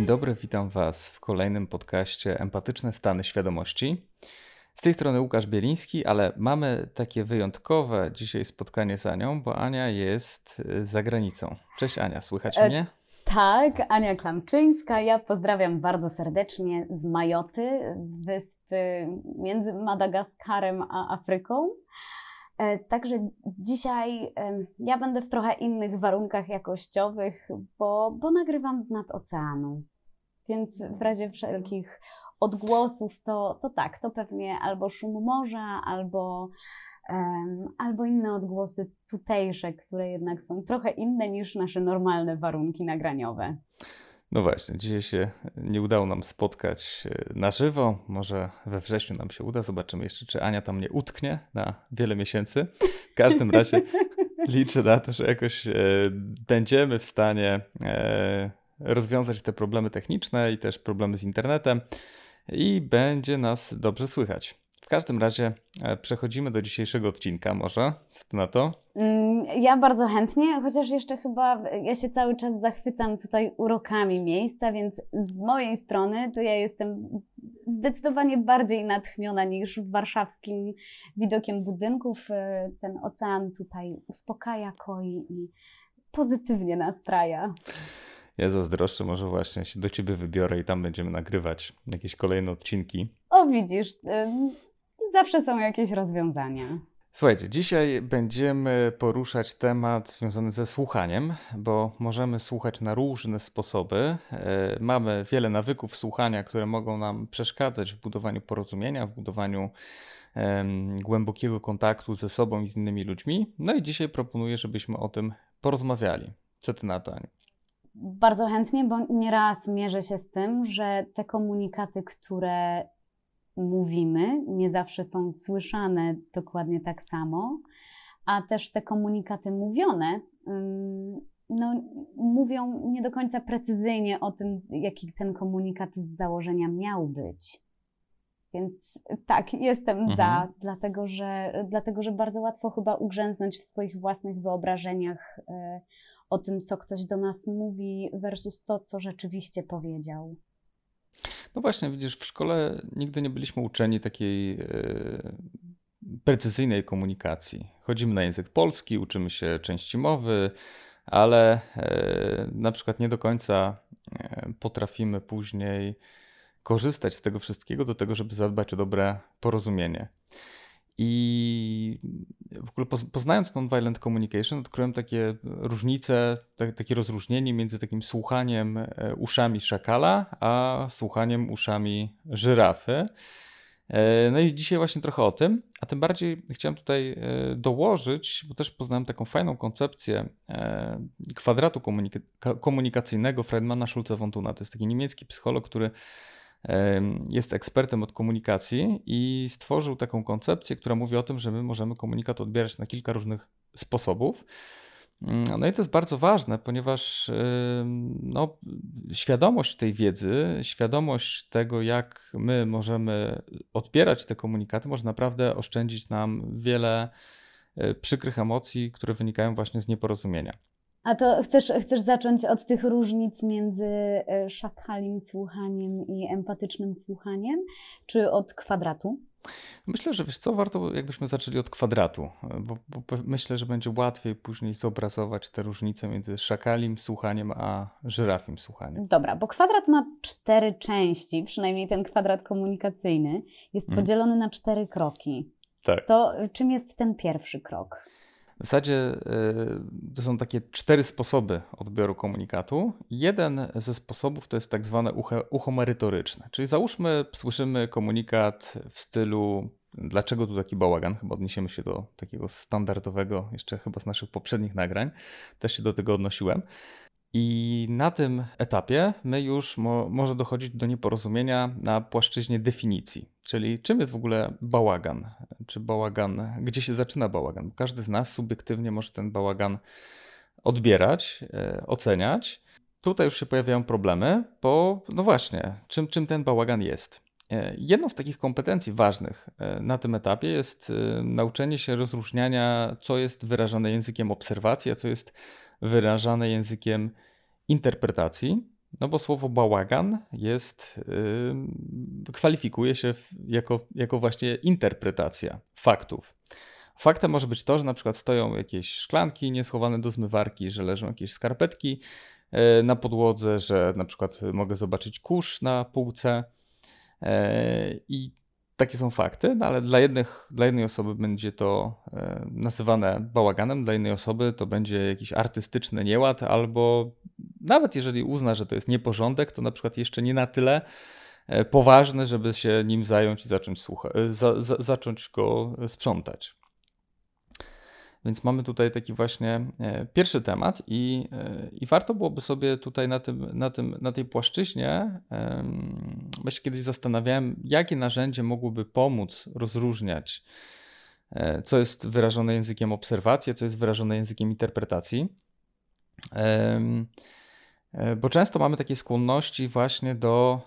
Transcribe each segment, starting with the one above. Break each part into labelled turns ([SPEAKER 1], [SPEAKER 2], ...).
[SPEAKER 1] Dzień dobry, witam Was w kolejnym podcaście Empatyczne Stany Świadomości. Z tej strony Łukasz Bieliński, ale mamy takie wyjątkowe dzisiaj spotkanie z Anią, bo Ania jest za granicą. Cześć Ania, słychać mnie?
[SPEAKER 2] Tak, Ania Klamczyńska. Ja pozdrawiam bardzo serdecznie z Majoty, z wyspy między Madagaskarem a Afryką. Także dzisiaj ja będę w trochę innych warunkach jakościowych, bo nagrywam z nad oceanu. Więc w razie wszelkich odgłosów to pewnie albo szum morza, albo inne odgłosy tutejsze, które jednak są trochę inne niż nasze normalne warunki nagraniowe.
[SPEAKER 1] No właśnie, dzisiaj się nie udało nam spotkać na żywo. Może we wrześniu nam się uda. Zobaczymy jeszcze, czy Ania tam nie utknie na wiele miesięcy. W każdym razie liczę na to, że jakoś będziemy w stanie rozwiązać te problemy techniczne i też problemy z internetem i będzie nas dobrze słychać. W każdym razie przechodzimy do dzisiejszego odcinka może. Co ty na to?
[SPEAKER 2] Ja bardzo chętnie, chociaż jeszcze chyba ja się cały czas zachwycam tutaj urokami miejsca, więc z mojej strony to ja jestem zdecydowanie bardziej natchniona niż warszawskim widokiem budynków. Ten ocean tutaj uspokaja, koi i pozytywnie nastraja.
[SPEAKER 1] Ja zazdroszczę, może właśnie się do Ciebie wybiorę i tam będziemy nagrywać jakieś kolejne odcinki.
[SPEAKER 2] O widzisz, zawsze są jakieś rozwiązania.
[SPEAKER 1] Słuchajcie, dzisiaj będziemy poruszać temat związany ze słuchaniem, bo możemy słuchać na różne sposoby. Mamy wiele nawyków słuchania, które mogą nam przeszkadzać w budowaniu porozumienia, w budowaniu głębokiego kontaktu ze sobą i z innymi ludźmi. No i dzisiaj proponuję, żebyśmy o tym porozmawiali. Co Ty na to, Aniu?
[SPEAKER 2] Bardzo chętnie, bo nieraz mierzę się z tym, że te komunikaty, które mówimy, nie zawsze są słyszane dokładnie tak samo, a też te komunikaty mówione mówią nie do końca precyzyjnie o tym, jaki ten komunikat z założenia miał być. Więc tak, jestem za, dlatego że bardzo łatwo chyba ugrzęznąć w swoich własnych wyobrażeniach o tym, co ktoś do nas mówi versus to, co rzeczywiście powiedział.
[SPEAKER 1] No właśnie, widzisz, w szkole nigdy nie byliśmy uczeni takiej precyzyjnej komunikacji. Chodzimy na język polski, uczymy się części mowy, ale na przykład nie do końca potrafimy później korzystać z tego wszystkiego do tego, żeby zadbać o dobre porozumienie. I w ogóle poznając non-violent communication, odkryłem takie różnice, takie rozróżnienie między takim słuchaniem uszami szakala, a słuchaniem uszami żyrafy. No i dzisiaj właśnie trochę o tym, a tym bardziej chciałem tutaj dołożyć, bo też poznałem taką fajną koncepcję kwadratu komunikacyjnego Friedmana Schulze von Thuna. To jest taki niemiecki psycholog, który jest ekspertem od komunikacji i stworzył taką koncepcję, która mówi o tym, że my możemy komunikat odbierać na kilka różnych sposobów. No i to jest bardzo ważne, ponieważ świadomość tej wiedzy, świadomość tego, jak my możemy odbierać te komunikaty, może naprawdę oszczędzić nam wiele przykrych emocji, które wynikają właśnie z nieporozumienia.
[SPEAKER 2] A to chcesz zacząć od tych różnic między szakalim słuchaniem i empatycznym słuchaniem, czy od kwadratu?
[SPEAKER 1] Myślę, że wiesz co, warto jakbyśmy zaczęli od kwadratu, bo myślę, że będzie łatwiej później zobrazować te różnice między szakalim słuchaniem a żyrafim słuchaniem.
[SPEAKER 2] Dobra, bo kwadrat ma 4 części, przynajmniej ten kwadrat komunikacyjny jest podzielony na 4 kroki.
[SPEAKER 1] Tak.
[SPEAKER 2] To czym jest ten pierwszy krok?
[SPEAKER 1] W zasadzie to są takie 4 sposoby odbioru komunikatu. Jeden ze sposobów to jest tak zwane ucho merytoryczne. Czyli załóżmy, słyszymy komunikat w stylu dlaczego tu taki bałagan? Chyba odniesiemy się do takiego standardowego, jeszcze chyba z naszych poprzednich nagrań. Też się do tego odnosiłem. I na tym etapie my już może dochodzić do nieporozumienia na płaszczyźnie definicji. Czyli czym jest w ogóle bałagan? Czy bałagan, gdzie się zaczyna bałagan? Każdy z nas subiektywnie może ten bałagan odbierać, oceniać. Tutaj już się pojawiają problemy, bo no właśnie, czym ten bałagan jest? Jedną z takich kompetencji ważnych na tym etapie jest nauczenie się rozróżniania, co jest wyrażane językiem obserwacji, a co jest wyrażane językiem interpretacji. No bo słowo bałagan kwalifikuje się jako właśnie interpretacja faktów. Faktem może być to, że na przykład stoją jakieś szklanki nieschowane do zmywarki, że leżą jakieś skarpetki na podłodze, że na przykład mogę zobaczyć kurz na półce i takie są fakty, no ale dla jednej osoby będzie to nazywane bałaganem, dla innej osoby to będzie jakiś artystyczny nieład, albo nawet jeżeli uzna, że to jest nieporządek, to na przykład jeszcze nie na tyle poważny, żeby się nim zająć i zacząć go sprzątać. Więc mamy tutaj taki właśnie pierwszy temat i warto byłoby sobie tutaj na tej płaszczyźnie, bo się kiedyś zastanawiałem, jakie narzędzie mogłoby pomóc rozróżniać, co jest wyrażone językiem obserwacji, a co jest wyrażone językiem interpretacji. Bo często mamy takie skłonności właśnie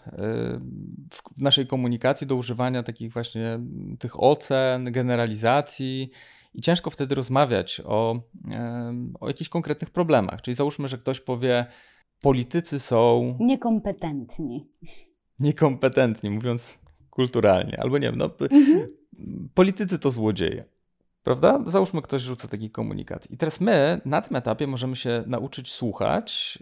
[SPEAKER 1] w naszej komunikacji do używania takich właśnie tych ocen, generalizacji i ciężko wtedy rozmawiać o jakichś konkretnych problemach. Czyli załóżmy, że ktoś powie, politycy są niekompetentni, mówiąc kulturalnie, albo nie wiem, politycy to złodzieje. Prawda? Załóżmy, ktoś rzuca taki komunikat. I teraz my na tym etapie możemy się nauczyć słuchać,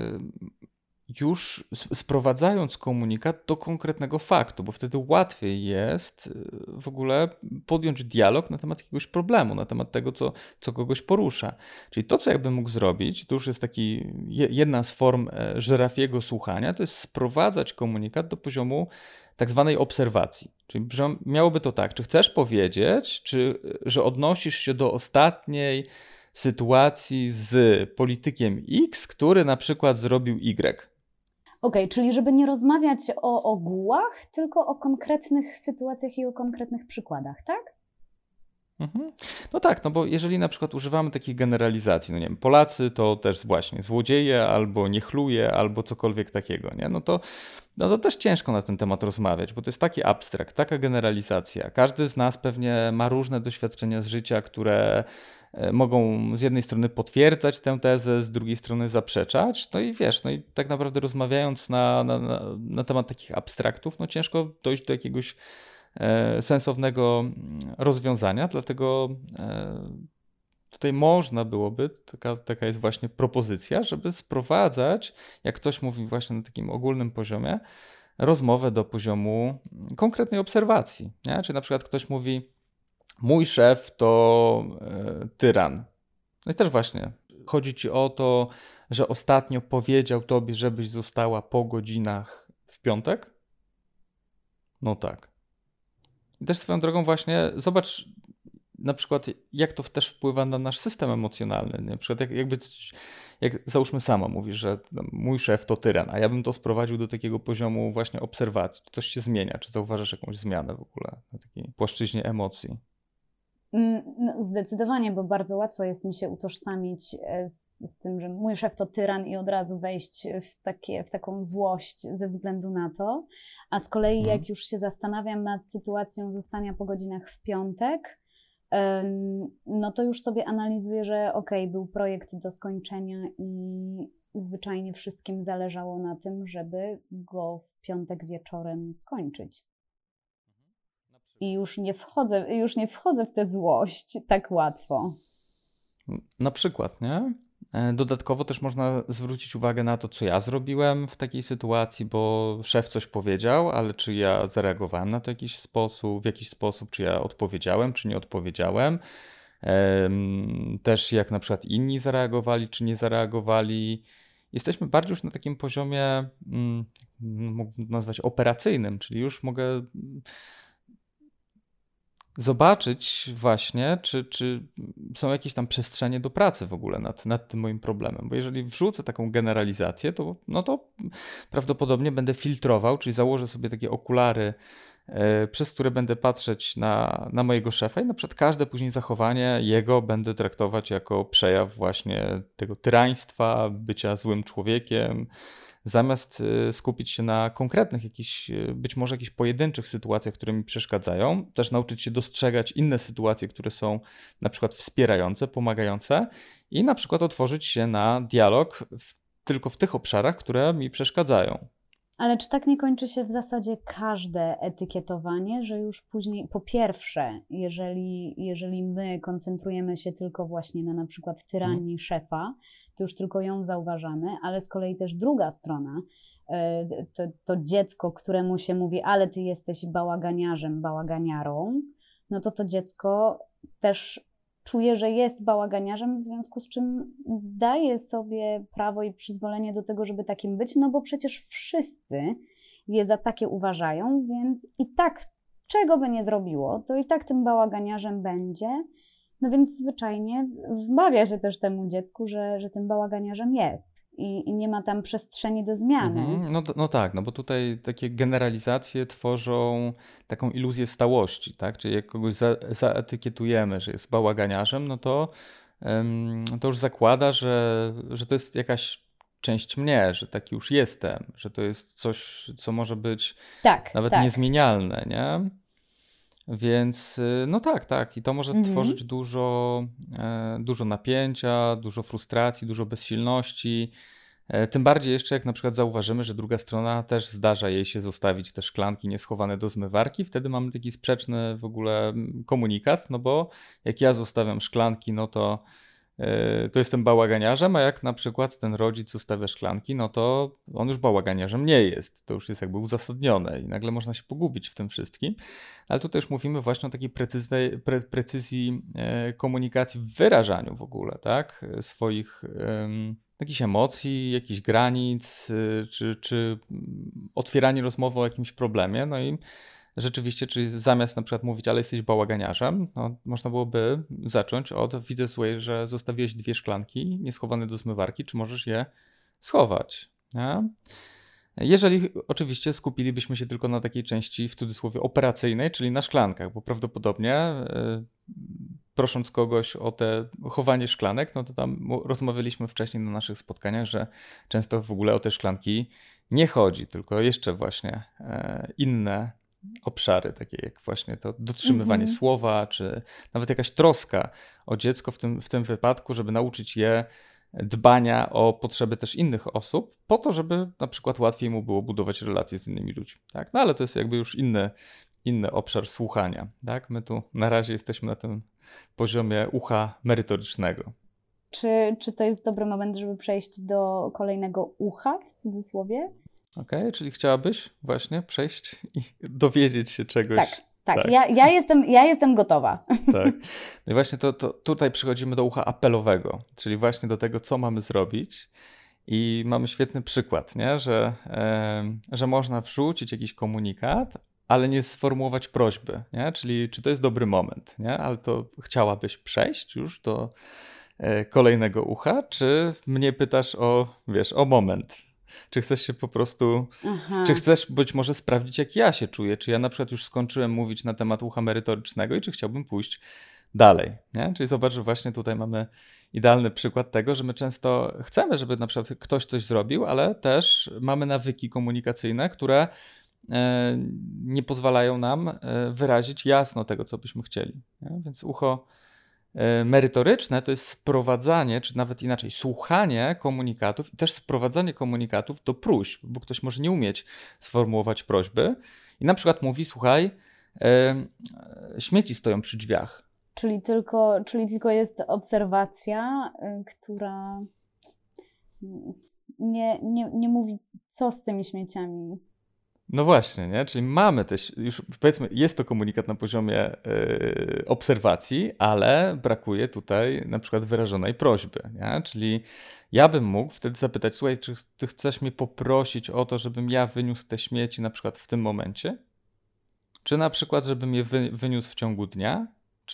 [SPEAKER 1] już sprowadzając komunikat do konkretnego faktu, bo wtedy łatwiej jest w ogóle podjąć dialog na temat jakiegoś problemu, na temat tego, co kogoś porusza. Czyli to, co jakbym mógł zrobić, to już jest jedna z form żyrafiego słuchania, to jest sprowadzać komunikat do poziomu tak zwanej obserwacji. Czyli miałoby to tak, czy chcesz powiedzieć, że odnosisz się do ostatniej sytuacji z politykiem X, który na przykład zrobił Y.
[SPEAKER 2] Okej, czyli żeby nie rozmawiać o ogółach, tylko o konkretnych sytuacjach i o konkretnych przykładach, tak?
[SPEAKER 1] No tak, no bo jeżeli na przykład używamy takich generalizacji, no nie wiem, Polacy to też właśnie złodzieje, albo niechluje, albo cokolwiek takiego, nie? No to też ciężko na ten temat rozmawiać, bo to jest taki abstrakt, taka generalizacja. Każdy z nas pewnie ma różne doświadczenia z życia, które mogą z jednej strony potwierdzać tę tezę, z drugiej strony zaprzeczać. No i wiesz, no i tak naprawdę rozmawiając na temat takich abstraktów, no ciężko dojść do jakiegoś sensownego rozwiązania, dlatego tutaj można byłoby, taka jest właśnie propozycja, żeby sprowadzać, jak ktoś mówi właśnie na takim ogólnym poziomie, rozmowę do poziomu konkretnej obserwacji. Nie? Czyli na przykład ktoś mówi, mój szef to tyran. No i też właśnie chodzi ci o to, że ostatnio powiedział tobie, żebyś została po godzinach w piątek? No tak. I też swoją drogą właśnie zobacz na przykład, jak to też wpływa na nasz system emocjonalny. Na przykład jak załóżmy sama mówisz, że mój szef to tyran, a ja bym to sprowadził do takiego poziomu właśnie obserwacji. Czy coś się zmienia? Czy zauważasz jakąś zmianę w ogóle na takiej płaszczyźnie emocji?
[SPEAKER 2] No, zdecydowanie, bo bardzo łatwo jest mi się utożsamić z tym, że mój szef to tyran i od razu wejść w taką złość ze względu na to. A z kolei jak już się zastanawiam nad sytuacją zostania po godzinach w piątek, no to już sobie analizuję, że był projekt do skończenia i zwyczajnie wszystkim zależało na tym, żeby go w piątek wieczorem skończyć. I już nie wchodzę w tę złość tak łatwo.
[SPEAKER 1] Na przykład, nie? Dodatkowo też można zwrócić uwagę na to, co ja zrobiłem w takiej sytuacji, bo szef coś powiedział, ale czy ja zareagowałem na to w jakiś sposób, czy ja odpowiedziałem, czy nie odpowiedziałem. Też jak na przykład inni zareagowali, czy nie zareagowali. Jesteśmy bardziej już na takim poziomie, mógłbym nazwać operacyjnym, czyli już mogę zobaczyć właśnie, czy są jakieś tam przestrzenie do pracy w ogóle nad tym moim problemem. Bo jeżeli wrzucę taką generalizację, to prawdopodobnie będę filtrował, czyli założę sobie takie okulary, przez które będę patrzeć na mojego szefa i na przykład każde później zachowanie jego będę traktować jako przejaw właśnie tego tyraństwa, bycia złym człowiekiem, zamiast skupić się na konkretnych być może jakichś pojedynczych sytuacjach, które mi przeszkadzają, też nauczyć się dostrzegać inne sytuacje, które są na przykład wspierające, pomagające i na przykład otworzyć się na dialog tylko w tych obszarach, które mi przeszkadzają.
[SPEAKER 2] Ale czy tak nie kończy się w zasadzie każde etykietowanie, że już później, po pierwsze, jeżeli my koncentrujemy się tylko właśnie na przykład tyranii szefa, to już tylko ją zauważamy, ale z kolei też druga strona, to dziecko, któremu się mówi, ale ty jesteś bałaganiarzem, bałaganiarą, no to dziecko też czuje, że jest bałaganiarzem, w związku z czym daje sobie prawo i przyzwolenie do tego, żeby takim być, no bo przecież wszyscy je za takie uważają, więc i tak, czego by nie zrobiło, to i tak tym bałaganiarzem będzie, no więc zwyczajnie wmawia się też temu dziecku, że tym bałaganiarzem jest i nie ma tam przestrzeni do zmiany.
[SPEAKER 1] No tak, no bo tutaj takie generalizacje tworzą taką iluzję stałości, tak? Czyli jak kogoś zaetykietujemy, że jest bałaganiarzem, no to już zakłada, że to jest jakaś część mnie, że taki już jestem, że to jest coś, co może być nawet niezmienialne, nie? Więc no tak. I to może tworzyć dużo napięcia, dużo frustracji, dużo bezsilności. Tym bardziej jeszcze, jak na przykład zauważymy, że druga strona też zdarza jej się zostawić te szklanki nieschowane do zmywarki, wtedy mamy taki sprzeczny w ogóle komunikat, no bo jak ja zostawiam szklanki, no to jestem bałaganiarzem, a jak na przykład ten rodzic zostawia szklanki, no to on już bałaganiarzem nie jest. To już jest jakby uzasadnione i nagle można się pogubić w tym wszystkim. Ale tutaj już mówimy właśnie o takiej precyzji komunikacji w wyrażaniu w ogóle, tak? Swoich jakichś emocji, jakichś granic, czy otwieranie rozmowy o jakimś problemie. No i rzeczywiście, czyli zamiast na przykład mówić, ale jesteś bałaganiarzem, no, można byłoby zacząć od widzę słuchaj, że zostawiłeś 2 szklanki nieschowane do zmywarki, czy możesz je schować? Nie? Jeżeli oczywiście skupilibyśmy się tylko na takiej części w cudzysłowie operacyjnej, czyli na szklankach, bo prawdopodobnie prosząc kogoś o te chowanie szklanek, no to tam rozmawialiśmy wcześniej na naszych spotkaniach, że często w ogóle o te szklanki nie chodzi, tylko jeszcze właśnie inne obszary, takie jak właśnie to dotrzymywanie słowa, czy nawet jakaś troska o dziecko w tym wypadku, żeby nauczyć je dbania o potrzeby też innych osób, po to, żeby na przykład łatwiej mu było budować relacje z innymi ludźmi. Tak? No ale to jest jakby już inny obszar słuchania. Tak? My tu na razie jesteśmy na tym poziomie ucha merytorycznego.
[SPEAKER 2] Czy to jest dobry moment, żeby przejść do kolejnego ucha, w cudzysłowie?
[SPEAKER 1] Okej, czyli chciałabyś właśnie przejść i dowiedzieć się czegoś.
[SPEAKER 2] Tak. Ja jestem gotowa.
[SPEAKER 1] Tak. No i właśnie to tutaj przychodzimy do ucha apelowego, czyli właśnie do tego, co mamy zrobić. I mamy świetny przykład, nie? Że można wrzucić jakiś komunikat, ale nie sformułować prośby, nie? Czyli czy to jest dobry moment, nie? Ale to chciałabyś przejść już do kolejnego ucha, czy mnie pytasz o moment? Czy chcesz się po prostu, czy chcesz być może sprawdzić, jak ja się czuję? Czy ja na przykład już skończyłem mówić na temat ucha merytorycznego i czy chciałbym pójść dalej, nie? Czyli zobacz, że właśnie tutaj mamy idealny przykład tego, że my często chcemy, żeby na przykład ktoś coś zrobił, ale też mamy nawyki komunikacyjne, które nie pozwalają nam wyrazić jasno tego, co byśmy chcieli. Nie? Więc ucho merytoryczne to jest sprowadzanie, czy nawet inaczej, słuchanie komunikatów i też sprowadzanie komunikatów do próśb, bo ktoś może nie umieć sformułować prośby i na przykład mówi, słuchaj, śmieci stoją przy drzwiach.
[SPEAKER 2] Czyli tylko jest obserwacja, która nie mówi, co z tymi śmieciami.
[SPEAKER 1] No właśnie, nie? Czyli mamy też, już powiedzmy, jest to komunikat na poziomie obserwacji, ale brakuje tutaj na przykład wyrażonej prośby, nie? Czyli ja bym mógł wtedy zapytać, słuchaj, czy ty chcesz mnie poprosić o to, żebym ja wyniósł te śmieci na przykład w tym momencie? Czy na przykład, żebym je wyniósł w ciągu dnia?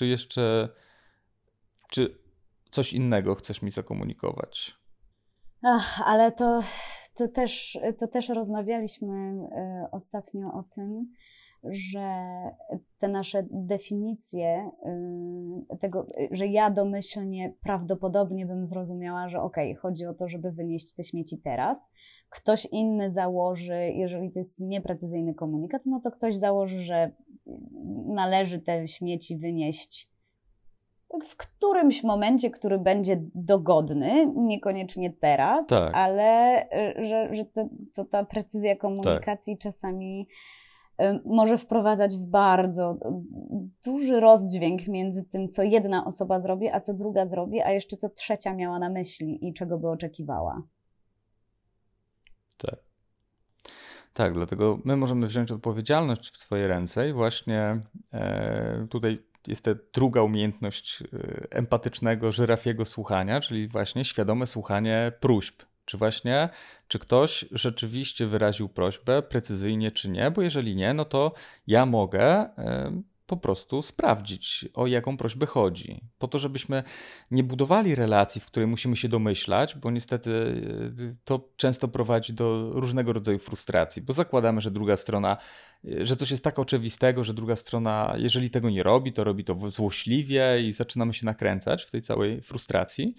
[SPEAKER 1] Czy coś innego chcesz mi zakomunikować?
[SPEAKER 2] Ale to też rozmawialiśmy ostatnio o tym, że te nasze definicje tego, że ja domyślnie prawdopodobnie bym zrozumiała, że chodzi o to, żeby wynieść te śmieci teraz. Ktoś inny założy, jeżeli to jest nieprecyzyjny komunikat, no to ktoś założy, że należy te śmieci wynieść w którymś momencie, który będzie dogodny, niekoniecznie teraz,
[SPEAKER 1] Tak.
[SPEAKER 2] ale że ta precyzja
[SPEAKER 1] Tak.
[SPEAKER 2] komunikacji czasami może wprowadzać w bardzo duży rozdźwięk między tym, co jedna osoba zrobi, a co druga zrobi, a jeszcze co trzecia miała na myśli i czego by oczekiwała.
[SPEAKER 1] Tak. Tak, dlatego my możemy wziąć odpowiedzialność w swoje ręce i właśnie tutaj jest ta druga umiejętność empatycznego, żyrafiego słuchania, czyli właśnie świadome słuchanie próśb. Czy ktoś rzeczywiście wyraził prośbę precyzyjnie, czy nie, bo jeżeli nie, no to ja mogę po prostu sprawdzić, o jaką prośbę chodzi. Po to, żebyśmy nie budowali relacji, w której musimy się domyślać, bo niestety to często prowadzi do różnego rodzaju frustracji, bo zakładamy, że druga strona, że coś jest tak oczywistego, że druga strona, jeżeli tego nie robi, to robi to złośliwie i zaczynamy się nakręcać w tej całej frustracji.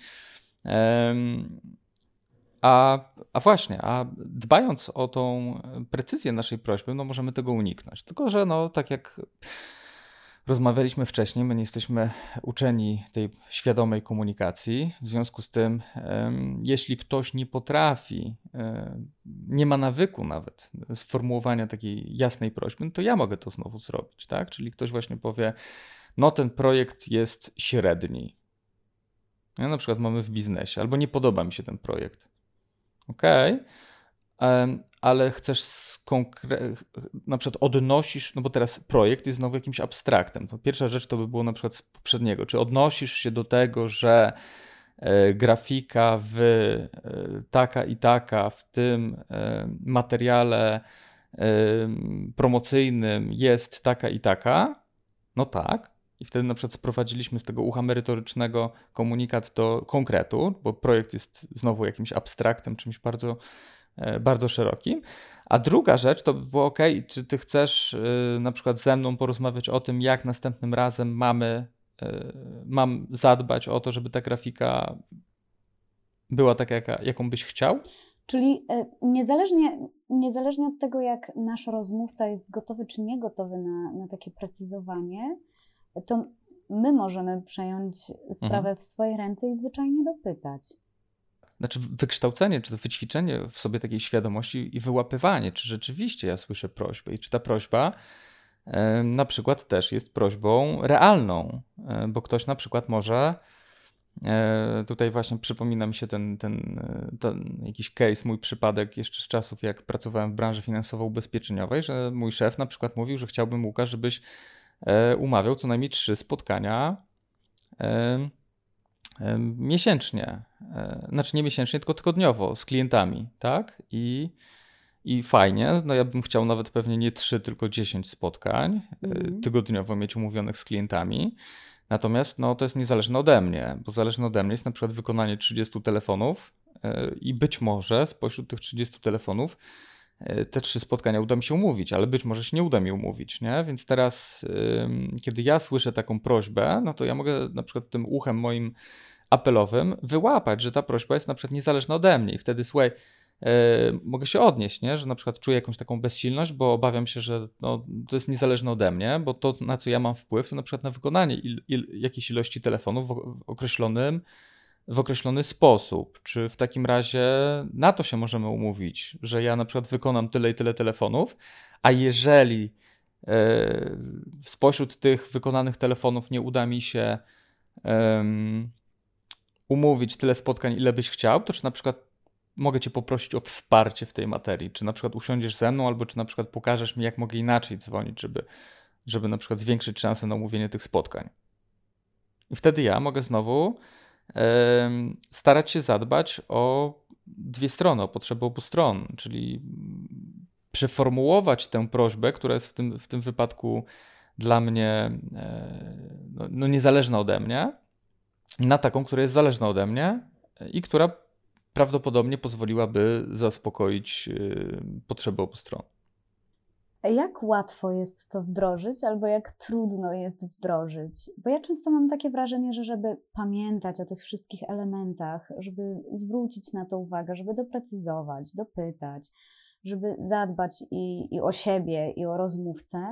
[SPEAKER 1] A dbając o tą precyzję naszej prośby, no możemy tego uniknąć. Tylko że no, tak jak rozmawialiśmy wcześniej, my nie jesteśmy uczeni tej świadomej komunikacji. W związku z tym, jeśli ktoś nie potrafi, nie ma nawyku nawet sformułowania takiej jasnej prośby, no to ja mogę to znowu zrobić, tak? Czyli ktoś właśnie powie, no ten projekt jest średni. Ja na przykład mamy w biznesie, albo nie podoba mi się ten projekt. Okej, ale chcesz na przykład odnosisz, no bo teraz projekt jest znowu jakimś abstraktem. To pierwsza rzecz to by było na przykład z poprzedniego. Czy odnosisz się do tego, że grafika taka i taka w tym materiale promocyjnym jest taka i taka? No tak. I wtedy na przykład sprowadziliśmy z tego ucha merytorycznego komunikat do konkretu, bo projekt jest znowu jakimś abstraktem, czymś bardzo, bardzo szerokim. A druga rzecz to by było, ok, czy ty chcesz na przykład ze mną porozmawiać o tym, jak następnym razem mam zadbać o to, żeby ta grafika była taka, jaką byś chciał?
[SPEAKER 2] Czyli niezależnie od tego, jak nasz rozmówca jest gotowy czy nie gotowy na takie precyzowanie, to my możemy przejąć sprawę w swoje ręce i zwyczajnie dopytać.
[SPEAKER 1] Znaczy wykształcenie, czy to wyćwiczenie w sobie takiej świadomości i wyłapywanie, czy rzeczywiście ja słyszę prośbę i czy ta prośba na przykład też jest prośbą realną, bo ktoś na przykład może, tutaj właśnie przypomina mi się ten jakiś case, mój przypadek jeszcze z czasów, jak pracowałem w branży finansowo-ubezpieczeniowej, że mój szef na przykład mówił, że chciałbym, Łukasz, żebyś umawiał co najmniej 3 spotkania miesięcznie, znaczy nie miesięcznie, tylko tygodniowo z klientami, tak? I fajnie, no ja bym chciał nawet pewnie nie 3, tylko 10 spotkań tygodniowo mieć umówionych z klientami. Natomiast no, to jest niezależne ode mnie, bo zależne ode mnie jest na przykład wykonanie 30 telefonów i być może spośród tych 30 telefonów te 3 spotkania uda mi się umówić, ale być może się nie uda mi umówić, nie? Więc teraz, kiedy ja słyszę taką prośbę, no to ja mogę na przykład tym uchem moim apelowym wyłapać, że ta prośba jest na przykład niezależna ode mnie i wtedy, słuchaj, mogę się odnieść, nie? Że na przykład czuję jakąś taką bezsilność, bo obawiam się, że no, to jest niezależne ode mnie, bo to, na co ja mam wpływ, to na przykład na wykonanie jakiejś ilości telefonów w określony sposób. Czy w takim razie na to się możemy umówić, że ja na przykład wykonam tyle i tyle telefonów, a jeżeli spośród tych wykonanych telefonów nie uda mi się umówić tyle spotkań, ile byś chciał, to czy na przykład mogę cię poprosić o wsparcie w tej materii? Czy na przykład usiądziesz ze mną, albo czy na przykład pokażesz mi, jak mogę inaczej dzwonić, żeby na przykład zwiększyć szanse na umówienie tych spotkań? I wtedy ja mogę znowu starać się zadbać o dwie strony, o potrzeby obu stron, czyli przeformułować tę prośbę, która jest w tym wypadku dla mnie no niezależna ode mnie, na taką, która jest zależna ode mnie i która prawdopodobnie pozwoliłaby zaspokoić potrzeby obu stron.
[SPEAKER 2] Jak łatwo jest to wdrożyć, albo jak trudno jest wdrożyć? Bo ja często mam takie wrażenie, że żeby pamiętać o tych wszystkich elementach, żeby zwrócić na to uwagę, żeby doprecyzować, dopytać, żeby zadbać i o siebie, i o rozmówcę,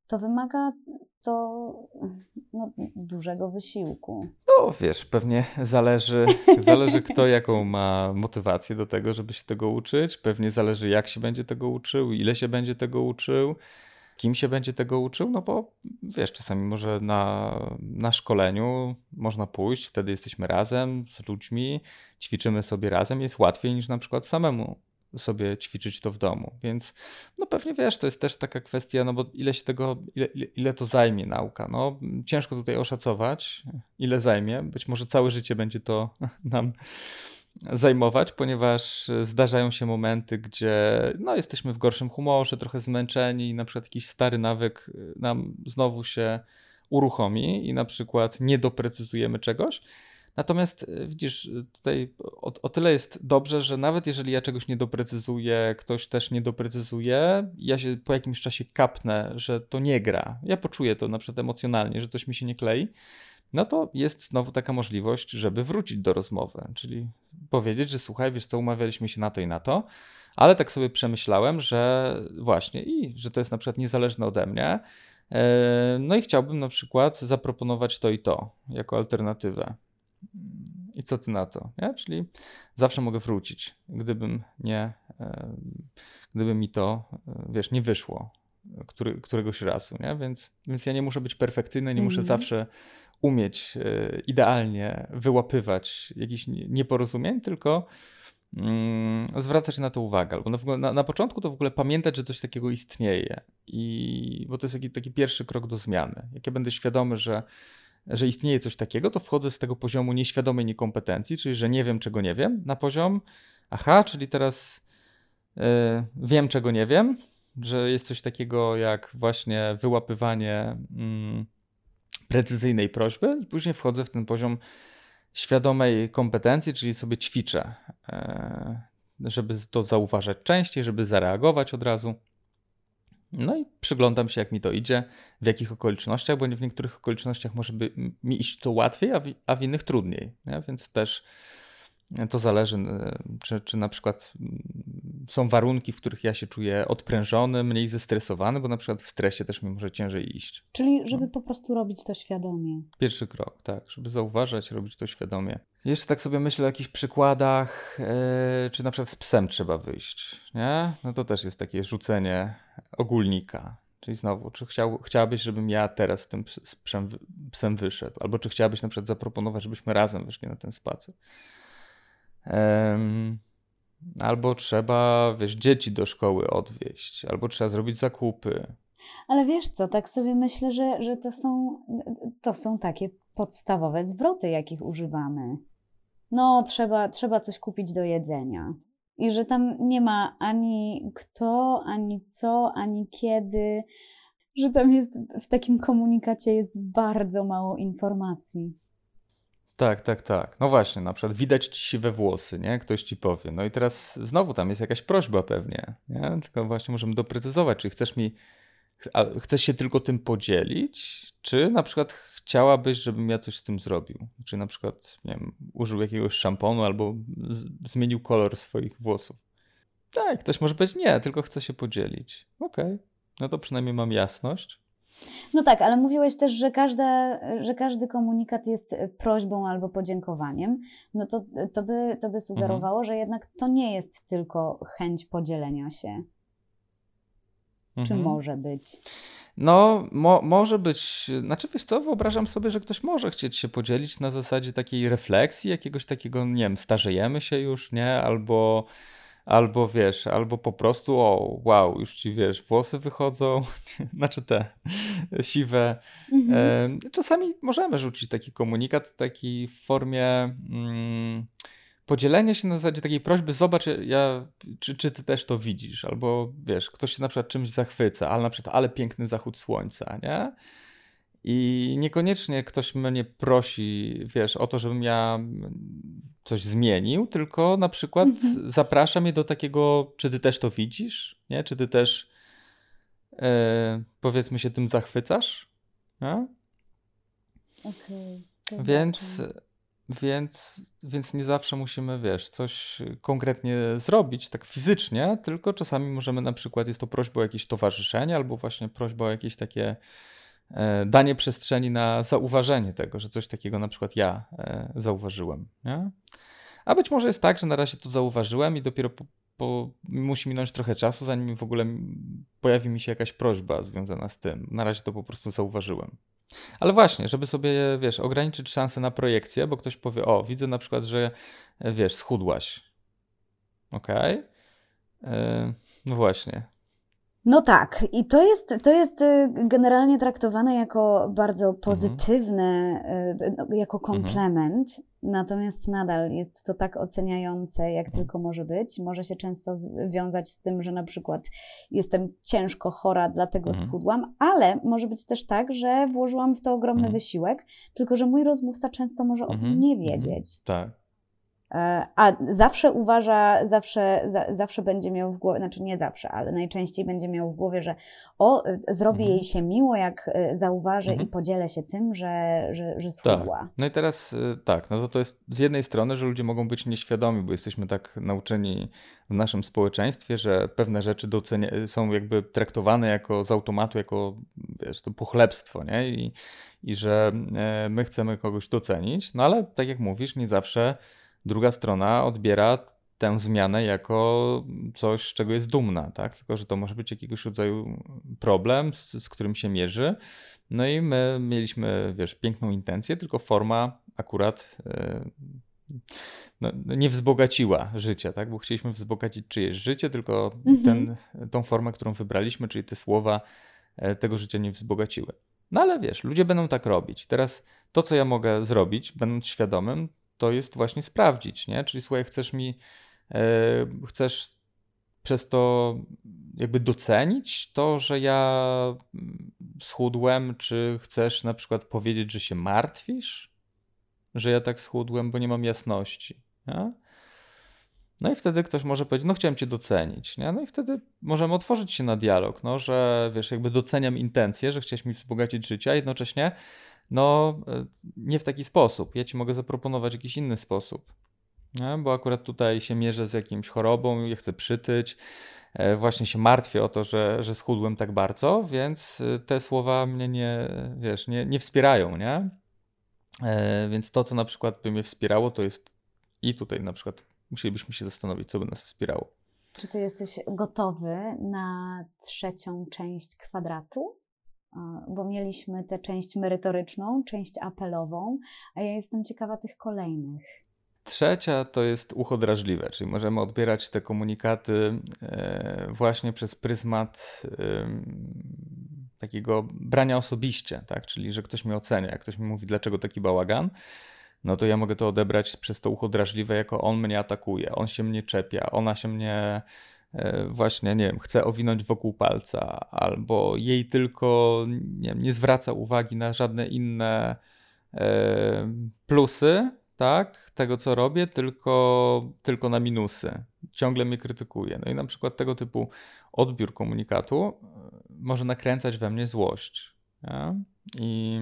[SPEAKER 2] to wymaga to dużego wysiłku.
[SPEAKER 1] No wiesz, pewnie zależy kto jaką ma motywację do tego, żeby się tego uczyć. Pewnie zależy jak się będzie tego uczył, ile się będzie tego uczył, kim się będzie tego uczył, no bo wiesz, czasami może na szkoleniu można pójść, wtedy jesteśmy razem z ludźmi, ćwiczymy sobie razem, jest łatwiej niż na przykład samemu sobie ćwiczyć to w domu, więc no pewnie wiesz, to jest też taka kwestia, no bo ile to zajmie nauka, no ciężko tutaj oszacować, ile zajmie, być może całe życie będzie to nam zajmować, ponieważ zdarzają się momenty, gdzie no, jesteśmy w gorszym humorze, trochę zmęczeni i na przykład jakiś stary nawyk nam znowu się uruchomi i na przykład nie doprecyzujemy czegoś. Natomiast widzisz, tutaj o tyle jest dobrze, że nawet jeżeli ja czegoś nie doprecyzuję, ktoś też nie doprecyzuje, ja się po jakimś czasie kapnę, że to nie gra. Ja poczuję to na przykład emocjonalnie, że coś mi się nie klei. No to jest znowu taka możliwość, żeby wrócić do rozmowy, czyli powiedzieć, że słuchaj, wiesz co, umawialiśmy się na to i na to, ale tak sobie przemyślałem, że właśnie że to jest na przykład niezależne ode mnie, no i chciałbym na przykład zaproponować to i to jako alternatywę. I co ty na to? Nie? Czyli zawsze mogę wrócić, gdyby mi to, wiesz, nie wyszło któregoś razu, nie? Więc ja nie muszę być perfekcyjny, nie muszę zawsze umieć idealnie wyłapywać jakichś nieporozumień, tylko zwracać na to uwagę. Albo na początku to w ogóle pamiętać, że coś takiego istnieje. Bo to jest taki pierwszy krok do zmiany. Jak ja będę świadomy, że istnieje coś takiego, to wchodzę z tego poziomu nieświadomej niekompetencji, czyli że nie wiem, czego nie wiem, na poziom czyli teraz wiem, czego nie wiem, że jest coś takiego jak właśnie wyłapywanie precyzyjnej prośby i później wchodzę w ten poziom świadomej kompetencji, czyli sobie ćwiczę, żeby to zauważać częściej, żeby zareagować od razu. No i przyglądam się, jak mi to idzie, w jakich okolicznościach, bo w niektórych okolicznościach może mi iść to łatwiej, a w innych trudniej. Nie? Więc też to zależy, czy na przykład są warunki, w których ja się czuję odprężony, mniej zestresowany, bo na przykład w stresie też mi może ciężej iść.
[SPEAKER 2] Czyli żeby po prostu robić to świadomie.
[SPEAKER 1] Pierwszy krok, tak, żeby zauważać, robić to świadomie. Jeszcze tak sobie myślę o jakichś przykładach, czy na przykład z psem trzeba wyjść, nie? No to też jest takie rzucenie ogólnika. Czyli znowu, czy chciałabyś, żebym ja teraz z tym psem wyszedł? Albo czy chciałabyś na przykład zaproponować, żebyśmy razem wyszli na ten spacer? Albo trzeba, wiesz, dzieci do szkoły odwieźć, albo trzeba zrobić zakupy.
[SPEAKER 2] Ale wiesz co, tak sobie myślę, że to są takie podstawowe zwroty, jakich używamy. No, trzeba coś kupić do jedzenia. I że tam nie ma ani kto, ani co, ani kiedy. Że tam jest, w takim komunikacie jest bardzo mało informacji.
[SPEAKER 1] Tak. No właśnie, na przykład widać ci siwe włosy, nie? Ktoś ci powie. No i teraz znowu tam jest jakaś prośba pewnie, nie? Tylko właśnie możemy doprecyzować, czy chcesz się tylko tym podzielić, czy na przykład chciałabyś, żebym ja coś z tym zrobił? Czy na przykład, nie wiem, użył jakiegoś szamponu albo zmienił kolor swoich włosów. Tak, ktoś może powiedzieć nie, tylko chce się podzielić. Okej, no to przynajmniej mam jasność.
[SPEAKER 2] No tak, ale mówiłeś też, że każdy komunikat jest prośbą albo podziękowaniem. No to by sugerowało, że jednak to nie jest tylko chęć podzielenia się. Czy może być?
[SPEAKER 1] No, może być. Znaczy, wiesz co, wyobrażam sobie, że ktoś może chcieć się podzielić na zasadzie takiej refleksji, jakiegoś takiego, nie wiem, starzejemy się już, nie? Albo wiesz, albo po prostu, wow, już ci wiesz, włosy wychodzą, znaczy te siwe. Czasami możemy rzucić taki komunikat, taki w formie podzielenia się na zasadzie takiej prośby, zobacz, czy ty też to widzisz, albo wiesz, ktoś się na przykład czymś zachwyca, ale piękny zachód słońca, nie? I niekoniecznie ktoś mnie prosi, wiesz, o to, żebym ja coś zmienił, tylko na przykład zaprasza mnie do takiego, czy ty też to widzisz, nie? Czy ty też powiedzmy się tym zachwycasz, nie?
[SPEAKER 2] Okej.
[SPEAKER 1] Więc Więc nie zawsze musimy, wiesz, coś konkretnie zrobić tak fizycznie, tylko czasami możemy na przykład, jest to prośba o jakieś towarzyszenie albo właśnie prośba o jakieś takie danie przestrzeni na zauważenie tego, że coś takiego na przykład ja zauważyłem, nie? A być może jest tak, że na razie to zauważyłem i dopiero musi minąć trochę czasu, zanim w ogóle pojawi mi się jakaś prośba związana z tym. Na razie to po prostu zauważyłem. Ale właśnie, żeby sobie, wiesz, ograniczyć szanse na projekcję, bo ktoś powie, o, widzę na przykład, że, wiesz, schudłaś. Okej? No właśnie.
[SPEAKER 2] No tak, i to jest generalnie traktowane jako bardzo
[SPEAKER 1] Mhm,
[SPEAKER 2] pozytywne, jako
[SPEAKER 1] mhm,
[SPEAKER 2] komplement, natomiast nadal jest to tak oceniające, jak
[SPEAKER 1] mhm,
[SPEAKER 2] tylko może być. Może się często wiązać z tym, że na przykład jestem ciężko chora, dlatego
[SPEAKER 1] mhm,
[SPEAKER 2] schudłam, ale może być też tak, że włożyłam w to ogromny
[SPEAKER 1] mhm,
[SPEAKER 2] wysiłek, tylko że mój rozmówca często może o tym
[SPEAKER 1] mhm,
[SPEAKER 2] nie
[SPEAKER 1] mhm.
[SPEAKER 2] wiedzieć.
[SPEAKER 1] Tak.
[SPEAKER 2] A zawsze uważa, zawsze będzie miał w głowie, znaczy nie zawsze, ale najczęściej będzie miał w głowie, że zrobi jej
[SPEAKER 1] Mhm,
[SPEAKER 2] się miło, jak zauważy i
[SPEAKER 1] mhm.
[SPEAKER 2] podzielę się tym, że
[SPEAKER 1] Tak.
[SPEAKER 2] schudła.
[SPEAKER 1] No i teraz tak, no to jest z jednej strony, że ludzie mogą być nieświadomi, bo jesteśmy tak nauczeni w naszym społeczeństwie, że pewne rzeczy są jakby traktowane jako z automatu, jako wiesz, to pochlebstwo, nie? I że my chcemy kogoś docenić, no ale tak jak mówisz, nie zawsze druga strona odbiera tę zmianę jako coś, z czego jest dumna, tak? Tylko, że to może być jakiegoś rodzaju problem, z którym się mierzy. No i my mieliśmy, wiesz, piękną intencję, tylko forma akurat no, nie wzbogaciła życia, tak? Bo chcieliśmy wzbogacić czyjeś życie, tylko
[SPEAKER 2] Mhm.
[SPEAKER 1] tą formę, którą wybraliśmy, czyli te słowa, tego życia nie wzbogaciły. No ale wiesz, ludzie będą tak robić. Teraz to, co ja mogę zrobić, będąc świadomym, to jest właśnie sprawdzić, nie? Czyli słuchaj, chcesz przez to jakby docenić to, że ja schudłem, czy chcesz na przykład powiedzieć, że się martwisz, że ja tak schudłem, bo nie mam jasności, nie? No i wtedy ktoś może powiedzieć, no chciałem cię docenić, nie? No i wtedy możemy otworzyć się na dialog, no, że wiesz, jakby doceniam intencje, że chciałeś mi wzbogacić życie, a jednocześnie no nie w taki sposób. Ja ci mogę zaproponować jakiś inny sposób, nie? Bo akurat tutaj się mierzę z jakimś chorobą, ja chcę przytyć, właśnie się martwię o to, że schudłem tak bardzo, więc te słowa mnie nie, wiesz, nie wspierają, nie? Więc to, co na przykład by mnie wspierało, to jest i tutaj na przykład musielibyśmy się zastanowić, co by nas wspierało.
[SPEAKER 2] Czy ty jesteś gotowy na trzecią część kwadratu? Bo mieliśmy tę część merytoryczną, część apelową, a ja jestem ciekawa tych kolejnych.
[SPEAKER 1] Trzecia to jest ucho drażliwe, czyli możemy odbierać te komunikaty właśnie przez pryzmat takiego brania osobiście, tak? Czyli że ktoś mnie ocenia, jak ktoś mi mówi, dlaczego taki bałagan, no to ja mogę to odebrać przez to ucho drażliwe, jako on mnie atakuje, on się mnie czepia, ona się mnie właśnie, nie wiem, chce owinąć wokół palca, albo jej tylko nie wiem, nie zwraca uwagi na żadne inne plusy, tak, tego co robię, tylko na minusy. Ciągle mnie krytykuje. No i na przykład tego typu odbiór komunikatu może nakręcać we mnie złość. Nie? I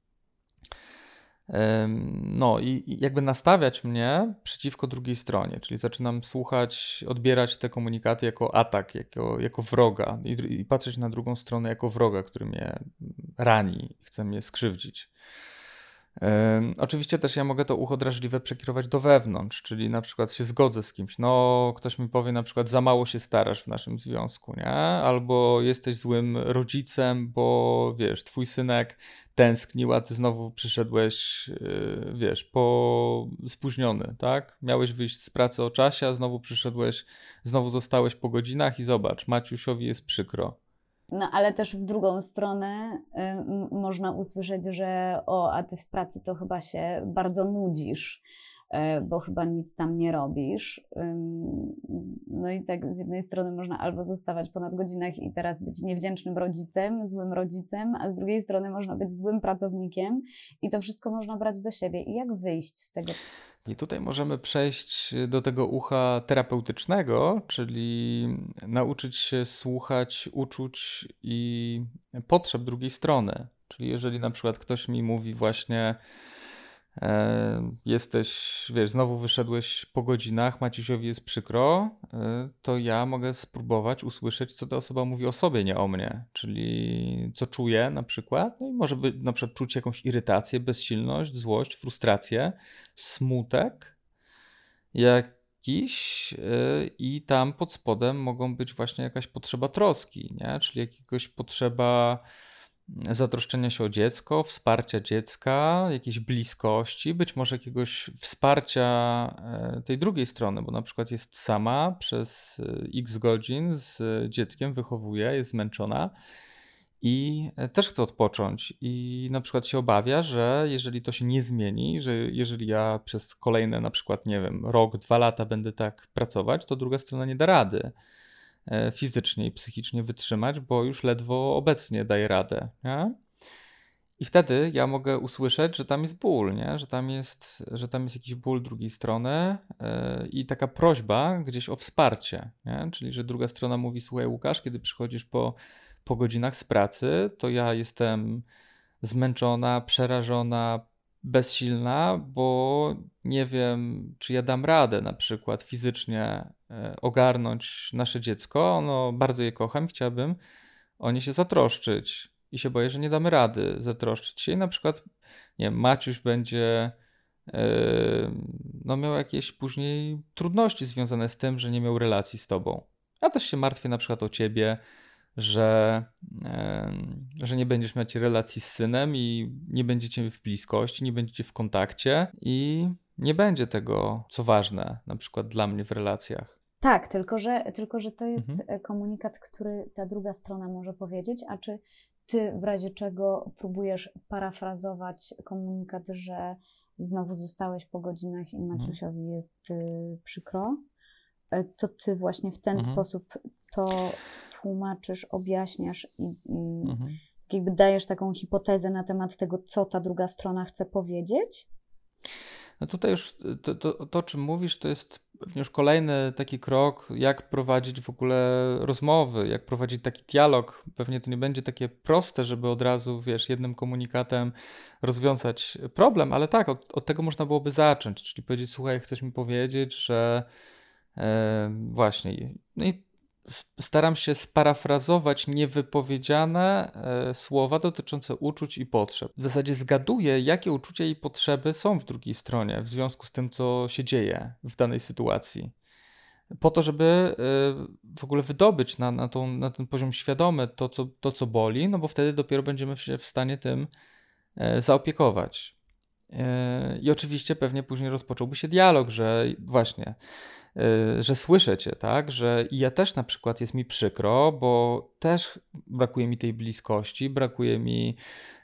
[SPEAKER 1] no i jakby nastawiać mnie przeciwko drugiej stronie, czyli zaczynam słuchać, odbierać te komunikaty jako atak, jako wroga i patrzeć na drugą stronę jako wroga, który mnie rani i chce mnie skrzywdzić. Oczywiście też ja mogę to ucho drażliwe przekierować do wewnątrz, czyli na przykład się zgodzę z kimś, no ktoś mi powie na przykład za mało się starasz w naszym związku, nie? Albo jesteś złym rodzicem, bo wiesz, twój synek tęsknił, a ty znowu przyszedłeś, wiesz, spóźniony, tak? Miałeś wyjść z pracy o czasie, a znowu przyszedłeś, znowu zostałeś po godzinach i zobacz, Maciusiowi jest przykro.
[SPEAKER 2] No ale też w drugą stronę można usłyszeć, że a ty w pracy to chyba się bardzo nudzisz, bo chyba nic tam nie robisz. No i tak z jednej strony można albo zostawać po nadgodzinach i teraz być niewdzięcznym rodzicem, złym rodzicem, a z drugiej strony można być złym pracownikiem i to wszystko można brać do siebie. I jak wyjść z tego?
[SPEAKER 1] I tutaj możemy przejść do tego ucha terapeutycznego, czyli nauczyć się słuchać uczuć i potrzeb drugiej strony. Czyli jeżeli na przykład ktoś mi mówi właśnie, Jesteś, wiesz, znowu wyszedłeś po godzinach, Maciusiowi jest przykro, to ja mogę spróbować usłyszeć, co ta osoba mówi o sobie, nie o mnie, czyli co czuje na przykład, no i może by na przykład czuć jakąś irytację, bezsilność, złość, frustrację, smutek jakiś i tam pod spodem mogą być właśnie jakaś potrzeba troski, nie? Czyli jakiegoś potrzeba zatroszczenia się o dziecko, wsparcia dziecka, jakiejś bliskości, być może jakiegoś wsparcia tej drugiej strony, bo na przykład jest sama przez x godzin z dzieckiem, wychowuje, jest zmęczona i też chce odpocząć i na przykład się obawia, że jeżeli to się nie zmieni, że jeżeli ja przez kolejne na przykład, nie wiem, rok, 2 lata będę tak pracować, to druga strona nie da rady fizycznie i psychicznie wytrzymać, bo już ledwo obecnie daje radę, nie? I wtedy ja mogę usłyszeć, że tam jest ból, nie? Że tam jest jakiś ból drugiej strony i taka prośba gdzieś o wsparcie, nie? Czyli że druga strona mówi: słuchaj Łukasz, kiedy przychodzisz po godzinach z pracy, to ja jestem zmęczona, przerażona, bezsilna, bo nie wiem, czy ja dam radę na przykład fizycznie ogarnąć nasze dziecko. Ono bardzo je kocham, chciałabym o nie się zatroszczyć i się boję, że nie damy rady zatroszczyć się i na przykład, nie wiem, Maciuś będzie no miał jakieś później trudności związane z tym, że nie miał relacji z tobą. Ja też się martwię na przykład o ciebie, że, że nie będziesz mieć relacji z synem i nie będziecie w bliskości, nie będziecie w kontakcie i nie będzie tego, co ważne, na przykład dla mnie w relacjach.
[SPEAKER 2] Tak, tylko że to jest
[SPEAKER 1] Mhm.
[SPEAKER 2] komunikat, który ta druga strona może powiedzieć, a czy ty w razie czego próbujesz parafrazować komunikat, że znowu zostałeś po godzinach i
[SPEAKER 1] Mhm.
[SPEAKER 2] Maciusiowi jest przykro, to ty właśnie w ten
[SPEAKER 1] Mhm.
[SPEAKER 2] sposób to tłumaczysz, objaśniasz i
[SPEAKER 1] Mhm.
[SPEAKER 2] tak jakby dajesz taką hipotezę na temat tego, co ta druga strona chce powiedzieć?
[SPEAKER 1] No tutaj już to, o czym mówisz, to jest pewnie już kolejny taki krok, jak prowadzić w ogóle rozmowy, jak prowadzić taki dialog. Pewnie to nie będzie takie proste, żeby od razu, wiesz, jednym komunikatem rozwiązać problem, ale tak, od tego można byłoby zacząć, czyli powiedzieć: słuchaj, chcesz mi powiedzieć, że właśnie. No i staram się sparafrazować niewypowiedziane słowa dotyczące uczuć i potrzeb. W zasadzie zgaduję, jakie uczucia i potrzeby są w drugiej stronie w związku z tym, co się dzieje w danej sytuacji. Po to, żeby w ogóle wydobyć na ten poziom świadomy to, co boli, no bo wtedy dopiero będziemy się w stanie tym zaopiekować. I oczywiście pewnie później rozpocząłby się dialog, że właśnie, że słyszę cię, tak, że i ja też na przykład jest mi przykro, bo też brakuje mi tej bliskości, brakuje mi